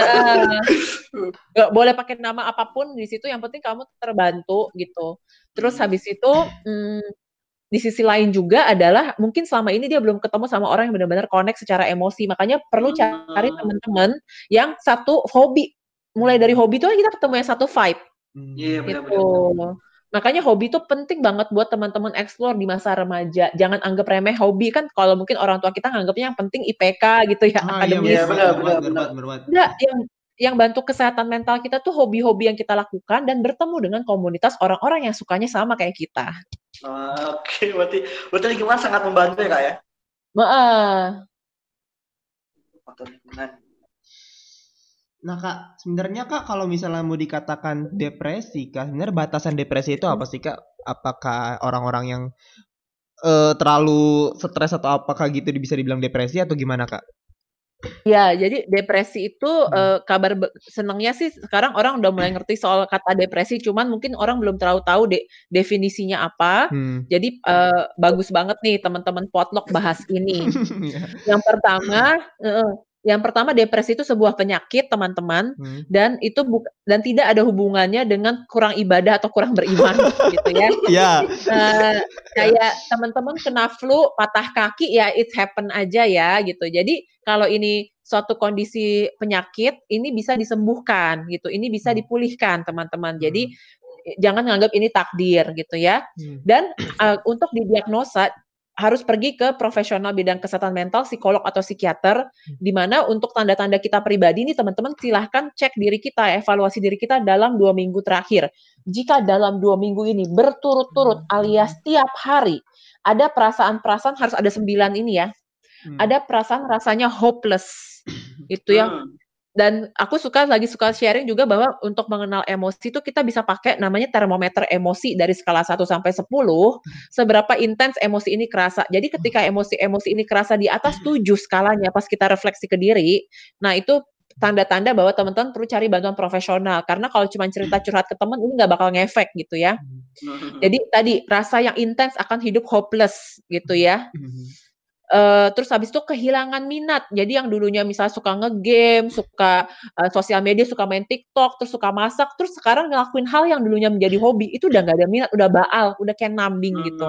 Uh, boleh pakai nama apapun di situ, yang penting kamu terbantu gitu. Terus habis itu hmm, di sisi lain juga adalah mungkin selama ini dia belum ketemu sama orang yang benar-benar connect secara emosi, makanya perlu cari teman-teman yang satu hobi. Mulai dari hobi tuh kita ketemu yang satu vibe. Iya, hmm. benar-benar. Makanya hobi itu penting banget buat teman-teman explore di masa remaja. Jangan anggap remeh hobi, kan kalau mungkin orang tua kita nganggapnya yang penting I P K gitu ya, ah, akademis. Iya, benar, benar, benar. Enggak, yang yang bantu kesehatan mental kita tuh hobi-hobi yang kita lakukan dan bertemu dengan komunitas orang-orang yang sukanya sama kayak kita. Oh, oke, okay. berarti berarti lingkungan sangat membantu ya Kak ya? Heeh. Faktor lingkungan. Nah Kak, sebenarnya Kak kalau misalnya mau dikatakan depresi Kak, sebenarnya batasan depresi itu apa sih Kak? Apakah orang-orang yang uh, terlalu stres atau apakah gitu bisa dibilang depresi atau gimana Kak? Ya, jadi depresi itu hmm. uh, kabar be- senangnya sih sekarang orang udah mulai ngerti soal kata depresi, cuman mungkin orang belum terlalu tahu de- definisinya apa. Hmm. Jadi uh, bagus banget nih teman-teman potluck bahas ini. Yang pertama, uh, yang pertama depresi itu sebuah penyakit teman-teman, hmm. dan itu bu- dan tidak ada hubungannya dengan kurang ibadah atau kurang beriman gitu ya. Yeah. Uh, kayak teman-teman kena flu, patah kaki ya it happen aja ya gitu. Jadi kalau ini suatu kondisi penyakit, ini bisa disembuhkan gitu. Ini bisa dipulihkan teman-teman. Jadi hmm. jangan nganggap ini takdir gitu ya. Hmm. Dan uh, untuk didiagnosa harus pergi ke profesional bidang kesehatan mental, psikolog atau psikiater, di mana untuk tanda-tanda kita pribadi nih teman-teman silahkan cek diri kita, evaluasi diri kita dalam dua minggu terakhir. Jika dalam dua minggu ini berturut-turut alias tiap hari ada perasaan-perasaan, harus ada sembilan ini ya, ada perasaan rasanya hopeless, itu ya. Dan aku suka lagi suka sharing juga bahwa untuk mengenal emosi itu kita bisa pakai namanya termometer emosi dari skala satu sampai sepuluh, seberapa intens emosi ini kerasa. Jadi ketika emosi-emosi ini kerasa di atas tujuh skalanya pas kita refleksi ke diri, nah itu tanda-tanda bahwa teman-teman perlu cari bantuan profesional. Karena kalau cuma cerita curhat ke teman ini nggak bakal ngefek gitu ya. Jadi tadi rasa yang intens akan hidup hopeless gitu ya. Uh, terus habis itu kehilangan minat. Jadi yang dulunya misalnya suka nge-game, suka uh, sosial media, suka main TikTok, terus suka masak, terus sekarang ngelakuin hal yang dulunya menjadi hobi, itu udah nggak ada minat, udah baal, udah kayak numbing gitu.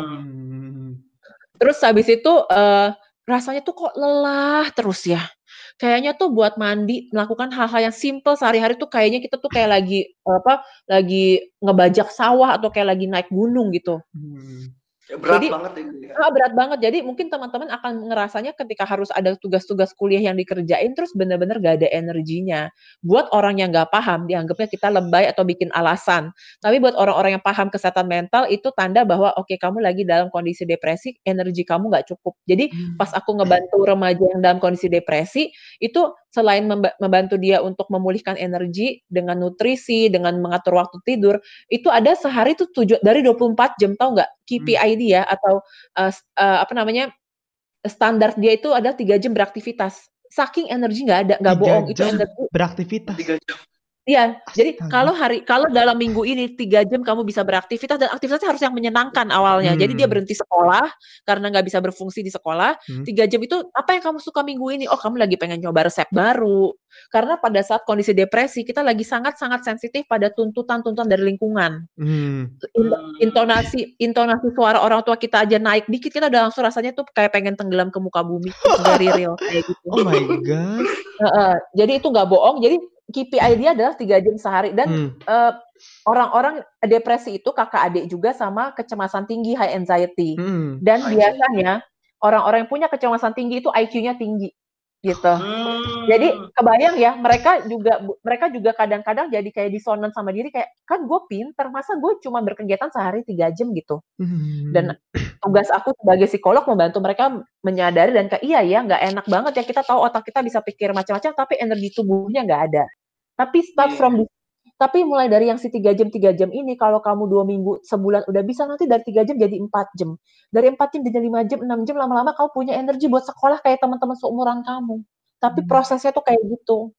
Terus habis itu uh, rasanya tuh kok lelah terus ya. Kayaknya tuh buat mandi, melakukan hal-hal yang simple sehari-hari tuh kayaknya kita tuh kayak lagi apa? Lagi ngebajak sawah atau kayak lagi naik gunung gitu. Hmm. Ya, berat Jadi, banget ini. Ah, berat banget. Jadi mungkin teman-teman akan ngerasanya ketika harus ada tugas-tugas kuliah yang dikerjain terus benar-benar gak ada energinya. Buat orang yang gak paham, dianggapnya kita lebay atau bikin alasan. Tapi buat orang-orang yang paham kesehatan mental itu tanda bahwa oke okay, kamu lagi dalam kondisi depresi, energi kamu gak cukup. Jadi hmm. pas aku ngebantu remaja yang dalam kondisi depresi, itu selain membantu dia untuk memulihkan energi dengan nutrisi, dengan mengatur waktu tidur, itu ada sehari tuh tujuh dari dua puluh empat jam, tahu nggak? K P I dia atau uh, uh, apa namanya standar dia itu ada tiga jam beraktivitas. Saking energi nggak ada, nggak bohong itu energi beraktivitas. tiga jam. Iya, jadi kalau hari kalau dalam minggu ini tiga jam kamu bisa beraktivitas dan aktivitasnya harus yang menyenangkan awalnya. Hmm. Jadi dia berhenti sekolah karena nggak bisa berfungsi di sekolah. Hmm. Tiga jam itu apa yang kamu suka minggu ini? Oh, kamu lagi pengen nyoba resep baru. Karena pada saat kondisi depresi kita lagi sangat-sangat sensitif pada tuntutan-tuntutan dari lingkungan. Hmm. Intonasi intonasi suara orang tua kita aja naik dikit kita udah langsung rasanya tuh kayak pengen tenggelam ke muka bumi. Dari real kayak gitu. Oh my god. Uh, uh, jadi itu nggak bohong. Jadi K P I dia adalah tiga jam sehari dan hmm. uh, orang-orang depresi itu kakak adik juga sama kecemasan tinggi, high anxiety. Hmm. Dan biasanya orang-orang yang punya kecemasan tinggi itu I Q-nya tinggi gitu. Hmm. Jadi kebayang ya, mereka juga mereka juga kadang-kadang jadi kayak disonan sama diri kayak kan gue pinter, masa gue cuma berkegiatan sehari tiga jam gitu. Hmm. Dan tugas aku sebagai psikolog membantu mereka menyadari dan kayak iya ya nggak enak banget ya kita tahu otak kita bisa pikir macam-macam tapi energi tubuhnya nggak ada. Tapi start yeah. from this, tapi mulai dari yang si tiga jam tiga jam ini kalau kamu dua minggu sebulan udah bisa nanti dari tiga jam jadi empat jam. Dari empat jam jadi lima jam, enam jam lama-lama kamu punya energi buat sekolah kayak teman-teman seumuran kamu. Tapi hmm. prosesnya tuh kayak gitu.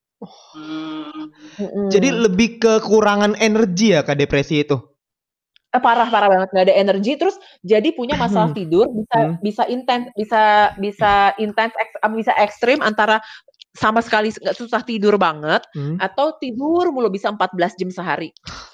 Hmm. Hmm. Jadi lebih kekurangan energi ya Kak depresi itu. Eh, parah parah banget nggak ada energi terus jadi punya masalah hmm. tidur bisa hmm. bisa intens bisa bisa intens ek, bisa ekstrim antara sama sekali nggak susah tidur banget hmm. atau tidur mulu bisa empat belas jam sehari.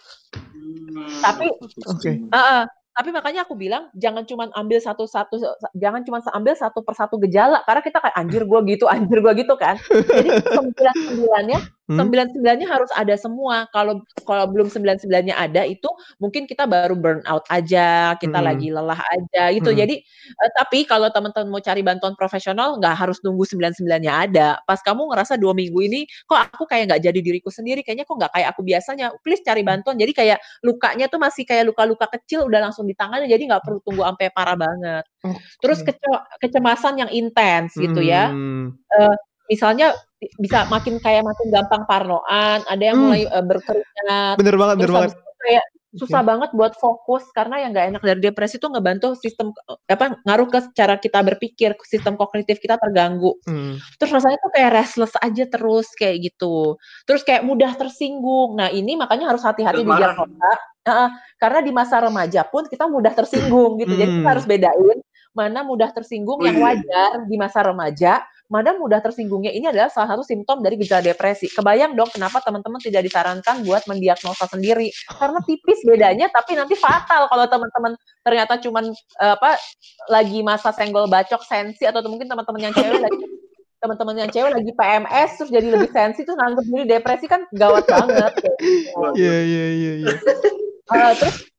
Hmm. Tapi okay. uh, uh, tapi makanya aku bilang jangan cuma ambil satu-satu jangan cuma ambil satu persatu gejala karena kita kayak anjir gue gitu anjir gue gitu kan. Jadi sembilan sembilannya sembilan sembilannya harus ada semua. Kalau kalau belum sembilan sembilannya ada itu mungkin kita baru burn out aja, kita hmm. lagi lelah aja gitu. Hmm. Jadi uh, tapi kalau teman-teman mau cari bantuan profesional nggak harus nunggu sembilan sembilannya ada. Pas kamu ngerasa dua minggu ini kok aku kayak nggak jadi diriku sendiri, kayaknya kok nggak kayak aku biasanya. Please cari bantuan. Jadi kayak lukanya tuh masih kayak luka-luka kecil udah langsung ditangani, jadi nggak perlu tunggu sampai parah banget. Okay. Terus kece- kecemasan yang intens gitu ya. Hmm. Uh, misalnya bisa makin kayak makin gampang parnoan, ada yang hmm. mulai uh, berkeringat. Bener banget, bener banget. Kayak susah okay. banget buat fokus karena yang nggak enak dari depresi itu ngebantu sistem apa ngaruh ke cara kita berpikir, sistem kognitif kita terganggu. Hmm. Terus rasanya tuh kayak restless aja terus kayak gitu. Terus kayak mudah tersinggung. Nah ini makanya harus hati-hati di diagnosa. Uh, karena di masa remaja pun kita mudah tersinggung gitu. Hmm. Jadi kita harus bedain mana mudah tersinggung oh, yang wajar iya. di masa remaja, mana mudah tersinggungnya ini adalah salah satu simptom dari gejala depresi. Kebayang dong kenapa teman-teman tidak disarankan buat mendiagnosa sendiri. Karena tipis bedanya tapi nanti fatal kalau teman-teman ternyata cuman uh, apa lagi masa senggol bacok sensi atau mungkin teman-teman yang cewek lagi teman-teman yang cewek lagi P M S terus jadi lebih sensi terus nganggep diri depresi kan gawat banget. Iya iya iya iya. Uh, terus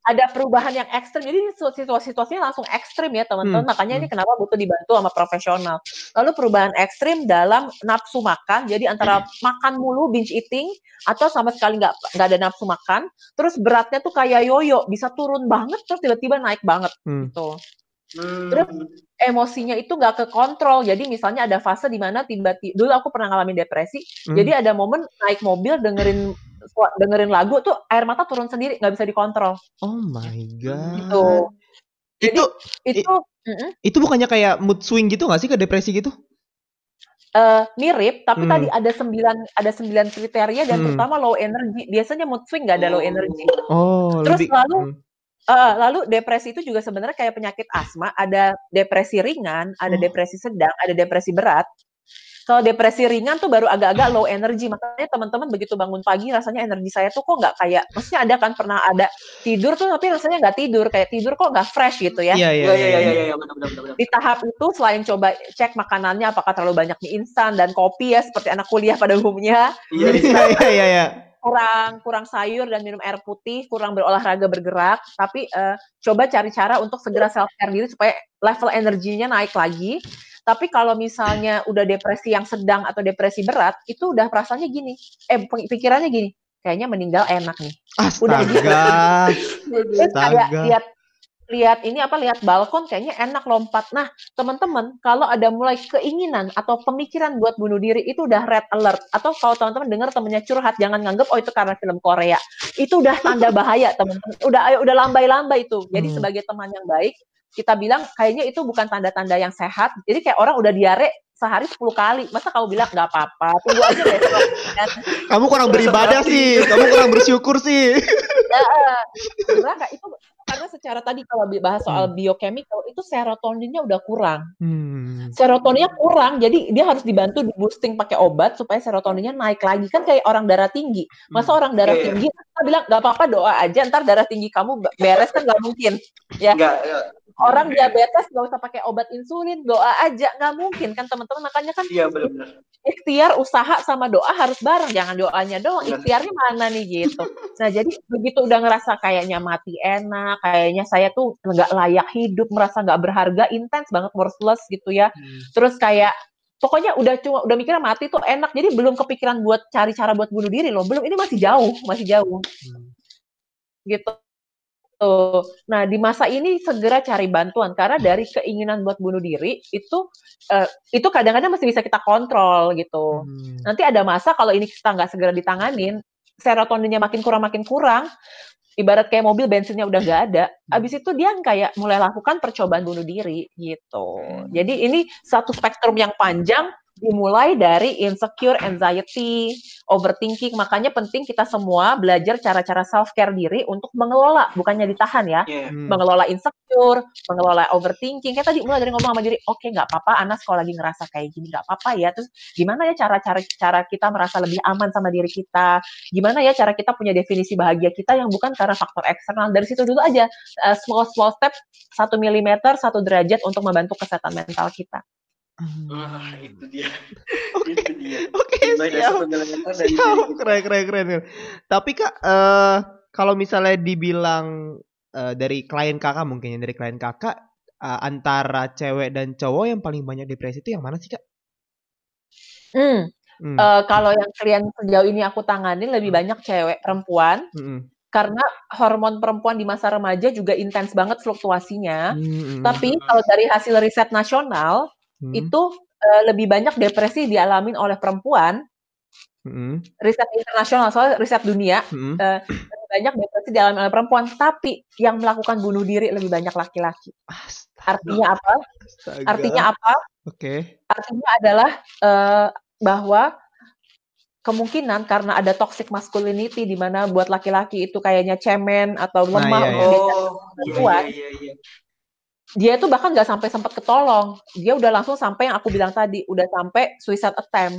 ada perubahan yang ekstrim. Jadi situasi-situasinya langsung ekstrim ya teman-teman. Hmm. Makanya hmm. ini kenapa butuh dibantu sama profesional. Lalu perubahan ekstrim dalam nafsu makan. Jadi antara makan mulu binge eating atau sama sekali nggak nggak ada nafsu makan. Terus beratnya tuh kayak yoyo, bisa turun banget terus tiba-tiba naik banget hmm. gitu. Hmm. Terus emosinya itu nggak kekontrol. Jadi misalnya ada fase di mana tiba-tiba dulu aku pernah ngalamin depresi. Hmm. Jadi ada momen naik mobil dengerin dengerin lagu tuh air mata turun sendiri, nggak bisa dikontrol. Oh my god. Gitu. Jadi itu itu uh-uh. itu bukannya kayak mood swing gitu nggak sih, ke depresi gitu? Uh, mirip, tapi hmm. tadi ada sembilan ada sembilan kriteria dan hmm. terutama low energy. Biasanya mood swing nggak ada low energy. Oh. Terus lebih, lalu hmm. uh, lalu depresi itu juga sebenarnya kayak penyakit asma. Ada depresi ringan, ada oh. depresi sedang, ada depresi berat. Kalau depresi ringan tuh baru agak-agak low energy, makanya teman-teman begitu bangun pagi rasanya energi saya tuh kok nggak kayak, maksudnya ada kan pernah ada tidur tuh tapi rasanya nggak tidur, kayak tidur kok nggak fresh gitu ya. Iya iya iya iya benar-benar. Di tahap itu selain coba cek makanannya apakah terlalu banyak mie instan dan kopi ya seperti anak kuliah pada umumnya. Iya iya iya iya. kurang kurang sayur dan minum air putih, kurang berolahraga bergerak, tapi uh, coba cari cara untuk segera self care diri supaya level energinya naik lagi. Tapi kalau misalnya udah depresi yang sedang atau depresi berat, itu udah perasaannya gini, eh pikirannya gini, kayaknya meninggal enak nih. Astaga. Udah gitu. Terus kayak lihat lihat ini apa lihat balkon kayaknya enak lompat. Nah, teman-teman, kalau ada mulai keinginan atau pemikiran buat bunuh diri itu udah red alert. Atau kalau teman-teman dengar temennya curhat, jangan nganggep oh itu karena film Korea. Itu udah tanda bahaya, teman-teman. Udah udah lambai-lambai itu. Jadi hmm. sebagai teman yang baik, kita bilang kayaknya itu bukan tanda-tanda yang sehat. Jadi kayak orang udah diare sehari sepuluh kali. Masa kamu bilang nggak apa-apa, tunggu aja besok. Kamu kurang beribadah sih, kamu kurang bersyukur sih. Ya, sebenarnya itu karena secara tadi kalau bahas soal hmm. biochemical itu serotoninnya udah kurang. Hmm. Serotoninnya kurang, jadi dia harus dibantu di boosting pakai obat supaya serotoninnya naik lagi. Kan kayak orang darah tinggi. Masa hmm. orang darah yeah, tinggi, kita bilang nggak apa-apa doa aja, ntar darah tinggi kamu beres kan nggak mungkin. Ya. Nggak, ya. Orang diabetes nggak usah pakai obat insulin, doa aja nggak mungkin kan teman-teman. Makanya kan iya, benar-benar. Ikhtiar, usaha sama doa harus bareng, jangan doanya doang, ikhtiarnya mana nih gitu. Nah jadi begitu udah ngerasa kayaknya mati enak, kayaknya saya tuh nggak layak hidup, merasa nggak berharga, intens banget, worthless gitu ya. Hmm. Terus kayak pokoknya udah cuma udah mikirnya mati tuh enak, jadi belum kepikiran buat cari cara buat bunuh diri loh, belum, ini masih jauh, masih jauh, hmm. gitu. Nah, di masa ini segera cari bantuan karena dari keinginan buat bunuh diri itu uh, itu kadang-kadang masih bisa kita kontrol gitu. Hmm. Nanti ada masa kalau ini kita nggak segera ditanganin, serotoninnya makin kurang makin kurang, ibarat kayak mobil bensinnya udah nggak ada. Abis itu dia kayak mulai lakukan percobaan bunuh diri gitu. Hmm. Jadi ini satu spektrum yang panjang. Dimulai dari insecure, anxiety, overthinking. Makanya penting kita semua belajar cara-cara self-care diri untuk mengelola, bukannya ditahan ya. Yeah. Hmm. Mengelola insecure, mengelola overthinking. Kayak tadi mulai dari ngomong sama diri, oke okay, nggak apa-apa, Anas kalau lagi ngerasa kayak gini nggak apa-apa ya. Terus gimana ya cara-cara cara kita merasa lebih aman sama diri kita? Gimana ya cara kita punya definisi bahagia kita yang bukan karena faktor eksternal. Dari situ dulu aja, uh, small small step, satu milimeter, satu derajat untuk membantu kesehatan mental kita. Wah, itu dia. Okay. Itu dia. Oke, okay, siap. Siap, keren, keren, keren. Tapi Kak, uh, kalau misalnya dibilang uh, dari klien Kakak mungkin, dari klien Kakak, uh, antara cewek dan cowok yang paling banyak depresi itu yang mana sih, Kak? Hmm. hmm. Uh, kalau yang klien sejauh ini aku tanganin lebih banyak cewek, perempuan. Hmm. Karena hormon perempuan di masa remaja juga intens banget fluktuasinya. Hmm. Tapi kalau dari hasil riset nasional, Hmm. itu uh, lebih banyak depresi dialamin oleh perempuan. Hmm. Riset internasional, soal riset dunia, hmm. uh, lebih banyak depresi dialami oleh perempuan. Tapi yang melakukan bunuh diri lebih banyak laki-laki. Astaga. Artinya apa? Astaga. Artinya apa? Oke. Okay. Artinya adalah uh, bahwa kemungkinan karena ada toxic masculinity di mana buat laki-laki itu kayaknya cemen atau lemah nah, iya, untuk iya. Oh, perempuan. Iya, iya, iya. Dia itu bahkan nggak sampai sempat ketolong. Dia udah langsung sampai yang aku bilang tadi, udah sampai suicide attempt.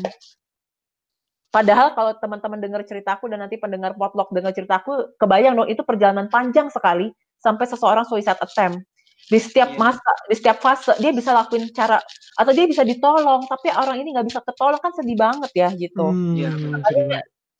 Padahal kalau teman-teman dengar ceritaku dan nanti pendengar Potluck dengar ceritaku, kebayang dong itu perjalanan panjang sekali sampai seseorang suicide attempt. Di setiap masa, di setiap fase dia bisa lakuin cara atau dia bisa ditolong, tapi orang ini nggak bisa ketolong kan sedih banget ya gitu. Hmm, makanya,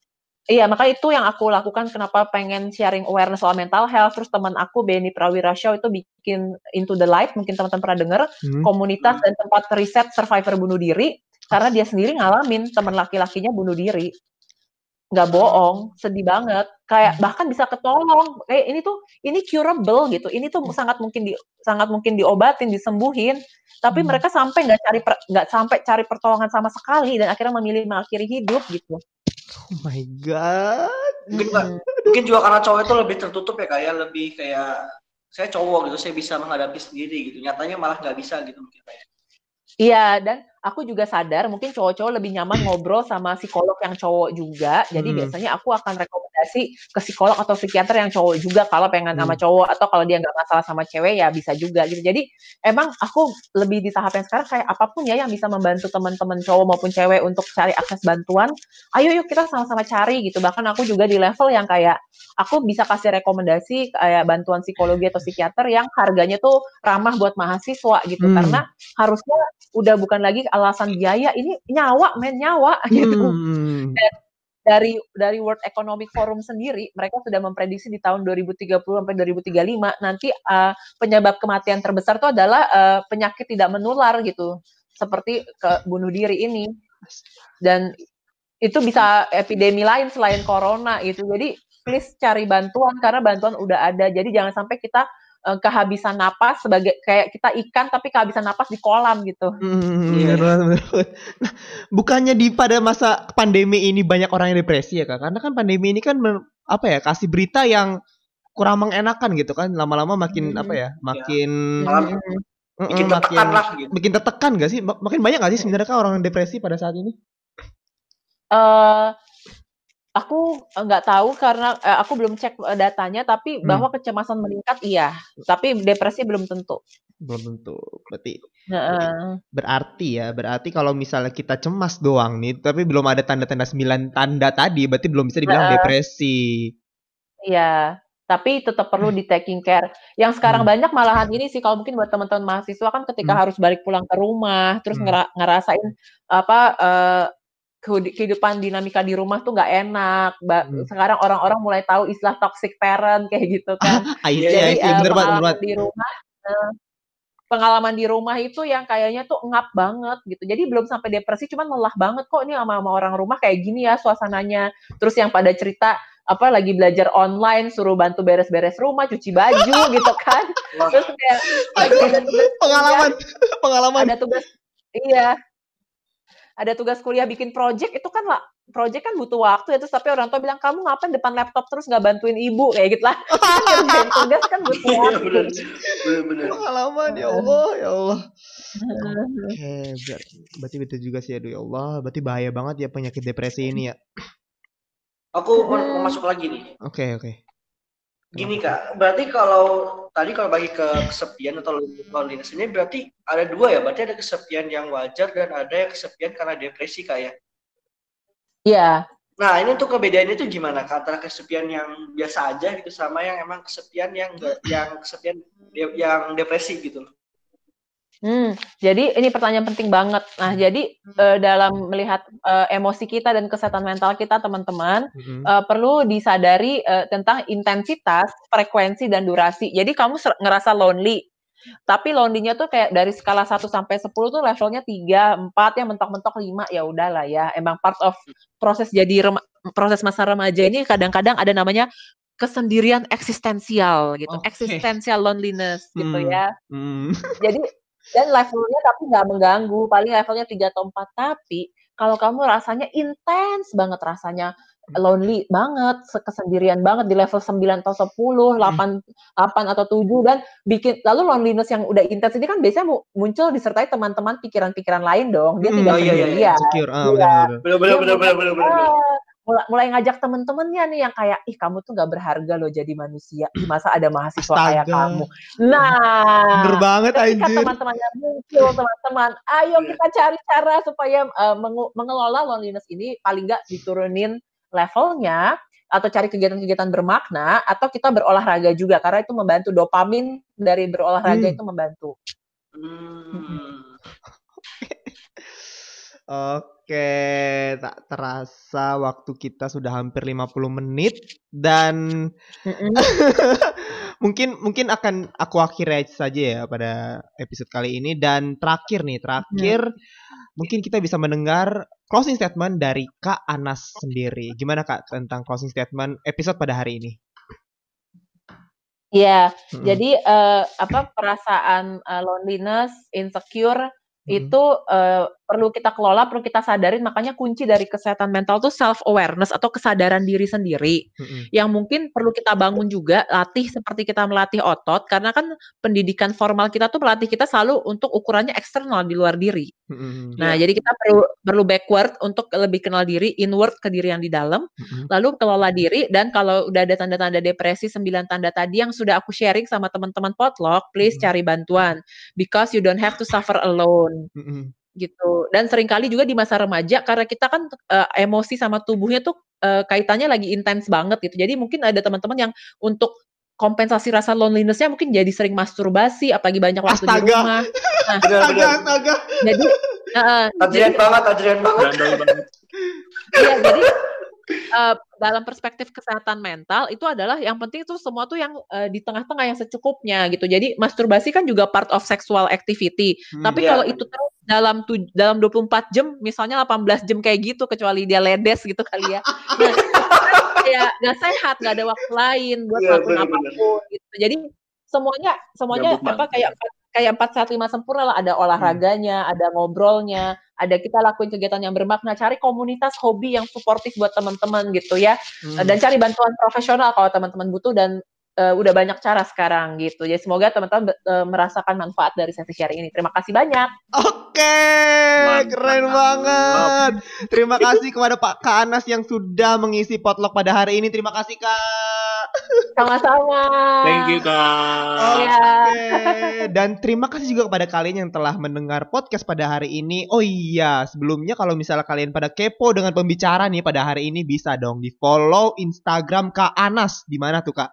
Iya, makanya itu yang aku lakukan kenapa pengen sharing awareness soal mental health. Terus teman aku Benny Prawira Show itu bikin Into the Light, mungkin teman-teman pernah dengar, hmm. komunitas dan tempat riset survivor bunuh diri, karena dia sendiri ngalamin teman laki-lakinya bunuh diri. Nggak bohong, sedih banget. Kayak bahkan bisa ketolong. Kayak ini tuh ini curable gitu. Ini tuh sangat mungkin di sangat mungkin diobatin, disembuhin. Tapi hmm. mereka sampai nggak cari nggak sampai cari pertolongan sama sekali dan akhirnya memilih mengakhiri hidup gitu. Oh my god. Mungkin hmm. mungkin juga karena cowok itu lebih tertutup ya, kayak lebih kayak saya cowok gitu, saya bisa menghadapi sendiri gitu. Nyatanya malah nggak bisa gitu mungkin kayak. Iya, dan aku juga sadar mungkin cowok-cowok lebih nyaman ngobrol sama psikolog yang cowok juga. Jadi hmm. biasanya aku akan rekomendasi ke psikolog atau psikiater yang cowok juga kalau pengen hmm. sama cowok, atau kalau dia nggak masalah sama cewek ya bisa juga gitu. Jadi emang aku lebih di tahap yang sekarang kayak apapun ya yang bisa membantu teman-teman cowok maupun cewek untuk cari akses bantuan, ayo yuk kita sama-sama cari gitu. Bahkan aku juga di level yang kayak aku bisa kasih rekomendasi kayak bantuan psikologi atau psikiater yang harganya tuh ramah buat mahasiswa gitu. Hmm. Karena harusnya udah bukan lagi alasan biaya, ini nyawa men nyawa gitu. Hmm. Dan dari dari World Economic Forum sendiri mereka sudah memprediksi di tahun dua ribu tiga puluh sampai dua ribu tiga puluh lima nanti uh, penyebab kematian terbesar itu adalah uh, penyakit tidak menular gitu, seperti ke bunuh diri ini. Dan itu bisa epidemi lain selain corona gitu. Jadi please cari bantuan karena bantuan udah ada. Jadi jangan sampai kita uh, kehabisan napas sebagai kayak kita ikan tapi kehabisan napas di kolam gitu. Hmm, yeah. Bener, bener. Nah, bukannya di pada masa pandemi ini banyak orang yang depresi ya Kak? Karena kan pandemi ini kan men, apa ya, kasih berita yang kurang mengenakan gitu kan. Lama-lama makin hmm. apa ya? Makin yeah. uh, bikin uh, tertekan makin, lah gitu. Bikin tertekan gak sih? Makin banyak gak sih sebenarnya Kak orang yang depresi pada saat ini? Uh, Aku nggak tahu karena eh, aku belum cek datanya, tapi hmm. bahwa kecemasan meningkat iya, tapi depresi belum tentu. Belum tentu, berarti uh. berarti ya, berarti kalau misalnya kita cemas doang nih, tapi belum ada tanda-tanda sembilan tanda tadi, berarti belum bisa dibilang uh. depresi. Iya, tapi tetap perlu di taking care. Yang sekarang hmm. banyak malahan ini sih, kalau mungkin buat teman-teman mahasiswa kan ketika hmm. harus balik pulang ke rumah, terus hmm. ngera- ngerasain apa? Uh, kehidupan dinamika di rumah tuh nggak enak. Ba- hmm. Sekarang orang-orang mulai tahu istilah toxic parent kayak gitu kan. Ah, iya, Jadi iya, iya, bener, uh, pengalaman bener, di rumah, uh, pengalaman di rumah itu yang kayaknya tuh ngap banget gitu. Jadi belum sampai depresi, cuman lelah banget kok ini sama, sama orang rumah kayak gini ya suasananya. Terus yang pada cerita apa lagi belajar online, suruh bantu beres-beres rumah, cuci baju gitu kan. Terus kayak Aduh, ada tugas pengalaman, kuliah, pengalaman. Ada tugas, iya. Ada tugas kuliah bikin project, itu kan lah project kan butuh waktu ya, terus tapi orang tua bilang kamu ngapain depan laptop terus nggak bantuin ibu kayak gitu lah. Kerjain tugas kan butuh waktu. Bener-bener. Pengalaman ya Allah ya Allah. Oke, okay, berarti betul juga sih, aduh ya Allah, berarti bahaya banget ya penyakit depresi ini ya. Aku mau hmm. masuk lagi nih. Oke okay, oke. Okay. Gini Kak, berarti kalau tadi kalau bagi ke kesepian atau loneliness ini berarti ada dua ya, berarti ada kesepian yang wajar dan ada yang kesepian karena depresi Kak ya? Iya. Nah ini untuk kebedaannya itu gimana Kak, antara kesepian yang biasa aja gitu sama yang emang kesepian yang yang kesepian yang depresi gitu? Hmm, jadi ini pertanyaan penting banget. Nah, jadi uh, dalam melihat uh, emosi kita dan kesehatan mental kita, teman-teman, mm-hmm. uh, perlu disadari uh, tentang intensitas, frekuensi, dan durasi. Jadi kamu ser- ngerasa lonely, tapi lonely-nya tuh kayak dari skala satu sampai sepuluh tuh levelnya tiga, empat, ya mentok-mentok lima, ya udahlah ya. Emang part of proses jadi rema- proses masa remaja ini kadang-kadang ada namanya kesendirian eksistensial gitu, okay. Existential loneliness gitu hmm. ya. Hmm. Jadi dan levelnya tapi nggak mengganggu, paling levelnya tiga atau empat. Tapi kalau kamu rasanya intens banget, rasanya lonely banget, kesendirian banget di level sembilan atau sepuluh, delapan, delapan atau tujuh, dan bikin lalu loneliness yang udah intens ini kan biasanya muncul disertai teman-teman pikiran-pikiran lain dong. Dia hmm, tidak oh, sendirian. Iya, iya. Secure. Ah, iya. Benar benar benar benar benar. Mulai, mulai ngajak temen-temennya nih yang kayak, ih kamu tuh gak berharga loh jadi manusia, ih masa ada mahasiswa Astaga. kayak kamu. Nah, bener banget ketika anjir. teman-temannya muncul, teman-teman, ayo kita cari cara supaya uh, meng- mengelola loneliness ini, paling gak diturunin levelnya, atau cari kegiatan-kegiatan bermakna, atau kita berolahraga juga, karena itu membantu, dopamin dari berolahraga hmm. itu membantu. Hmm. Oke. Oke, tak terasa waktu kita sudah hampir lima puluh menit dan mungkin mungkin akan aku akhiri saja ya pada episode kali ini. Dan terakhir nih, terakhir hmm. mungkin kita bisa mendengar closing statement dari Kak Anas sendiri. Gimana Kak tentang closing statement episode pada hari ini? Iya, hmm. jadi uh, apa perasaan uh, loneliness, insecure hmm. itu uh, perlu kita kelola, perlu kita sadarin. Makanya kunci dari kesehatan mental tuh self awareness atau kesadaran diri sendiri. Hmm. Yang mungkin perlu kita bangun juga, latih seperti kita melatih otot, karena kan pendidikan formal kita tuh melatih kita selalu untuk ukurannya eksternal di luar diri. Hmm. Nah, yeah. jadi kita perlu perlu backward untuk lebih kenal diri, inward ke diri yang di dalam. Hmm. Lalu kelola diri, dan kalau udah ada tanda-tanda depresi, sembilan tanda tadi yang sudah aku sharing sama teman-teman potluck, please hmm. cari bantuan, because you don't have to suffer alone. Hmm. gitu. Dan seringkali juga di masa remaja, karena kita kan uh, emosi sama tubuhnya tuh uh, kaitannya lagi intens banget gitu. Jadi mungkin ada teman-teman yang untuk kompensasi rasa loneliness-nya mungkin jadi sering masturbasi, apalagi banyak waktu astaga. di rumah. Nah, astaga, astaga. Jadi uh, tajrian banget, tajrian banget. Iya, jadi uh, dalam perspektif kesehatan mental itu adalah yang penting itu semua tuh yang uh, di tengah-tengah yang secukupnya gitu. Jadi masturbasi kan juga part of sexual activity. Hmm, Tapi yeah. kalau itu terus dalam tu, dalam dua puluh empat jam, misalnya delapan belas jam kayak gitu, kecuali dia ledes gitu kali ya. Nah, kayak nggak sehat, nggak ada waktu lain buat yeah, melakukan apapun gitu. Jadi semuanya semuanya ya, apa kayak kayak empat sehat lima sempurna lah, ada olahraganya, hmm. ada ngobrolnya, ada kita lakuin kegiatan yang bermakna, cari komunitas hobi yang suportif buat teman-teman gitu ya. Hmm. Dan cari bantuan profesional kalau teman-teman butuh, dan uh, udah banyak cara sekarang gitu. Jadi semoga teman-teman uh, merasakan manfaat dari sesi sharing ini. Terima kasih banyak. Oke, keren banget. Terima kasih kepada Pak Kak Anas yang sudah mengisi potluck pada hari ini. Terima kasih Kak. Sama-sama. Thank you Kak. Oke. Okay. Dan terima kasih juga kepada kalian yang telah mendengar podcast pada hari ini. Oh iya, sebelumnya kalau misalnya kalian pada kepo dengan pembicara nih pada hari ini, bisa dong di follow Instagram Kak Anas. Di mana tuh Kak?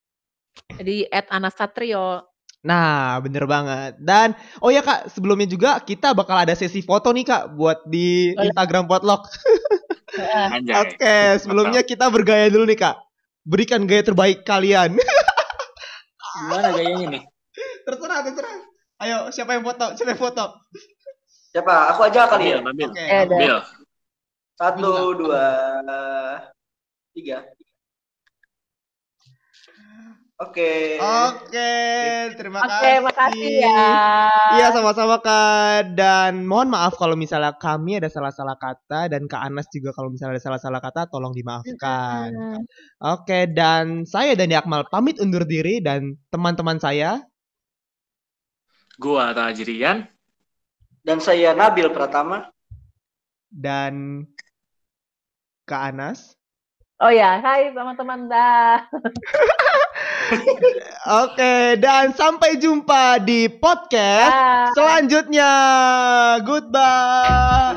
Di et anas satrio. Nah, bener banget. Dan oh ya Kak, sebelumnya juga kita bakal ada sesi foto nih Kak buat di Instagram potluck. Oke, okay, sebelumnya kita bergaya dulu nih Kak. Berikan gaya terbaik kalian. Gimana gayanya nih? Terserah, terserah. Ayo, siapa yang foto? Siapa yang foto? Siapa? Aku aja kali ya. Ambil. Oke. Okay. Ambil. Satu, dua, tiga. Oke. Oke, terima Oke, kasih. Oke, makasih ya. Iya, sama-sama Kak. Dan mohon maaf kalau misalnya kami ada salah-salah kata, dan Kak Anas juga kalau misalnya ada salah-salah kata tolong dimaafkan. Mm-hmm. Oke, dan saya Dani Akmal pamit undur diri, dan teman-teman saya gua Tajrian, dan saya Nabil Pratama, dan Kak Anas. Oh ya, hai teman-teman dah. Oke, dan sampai jumpa di podcast ah. selanjutnya. Goodbye.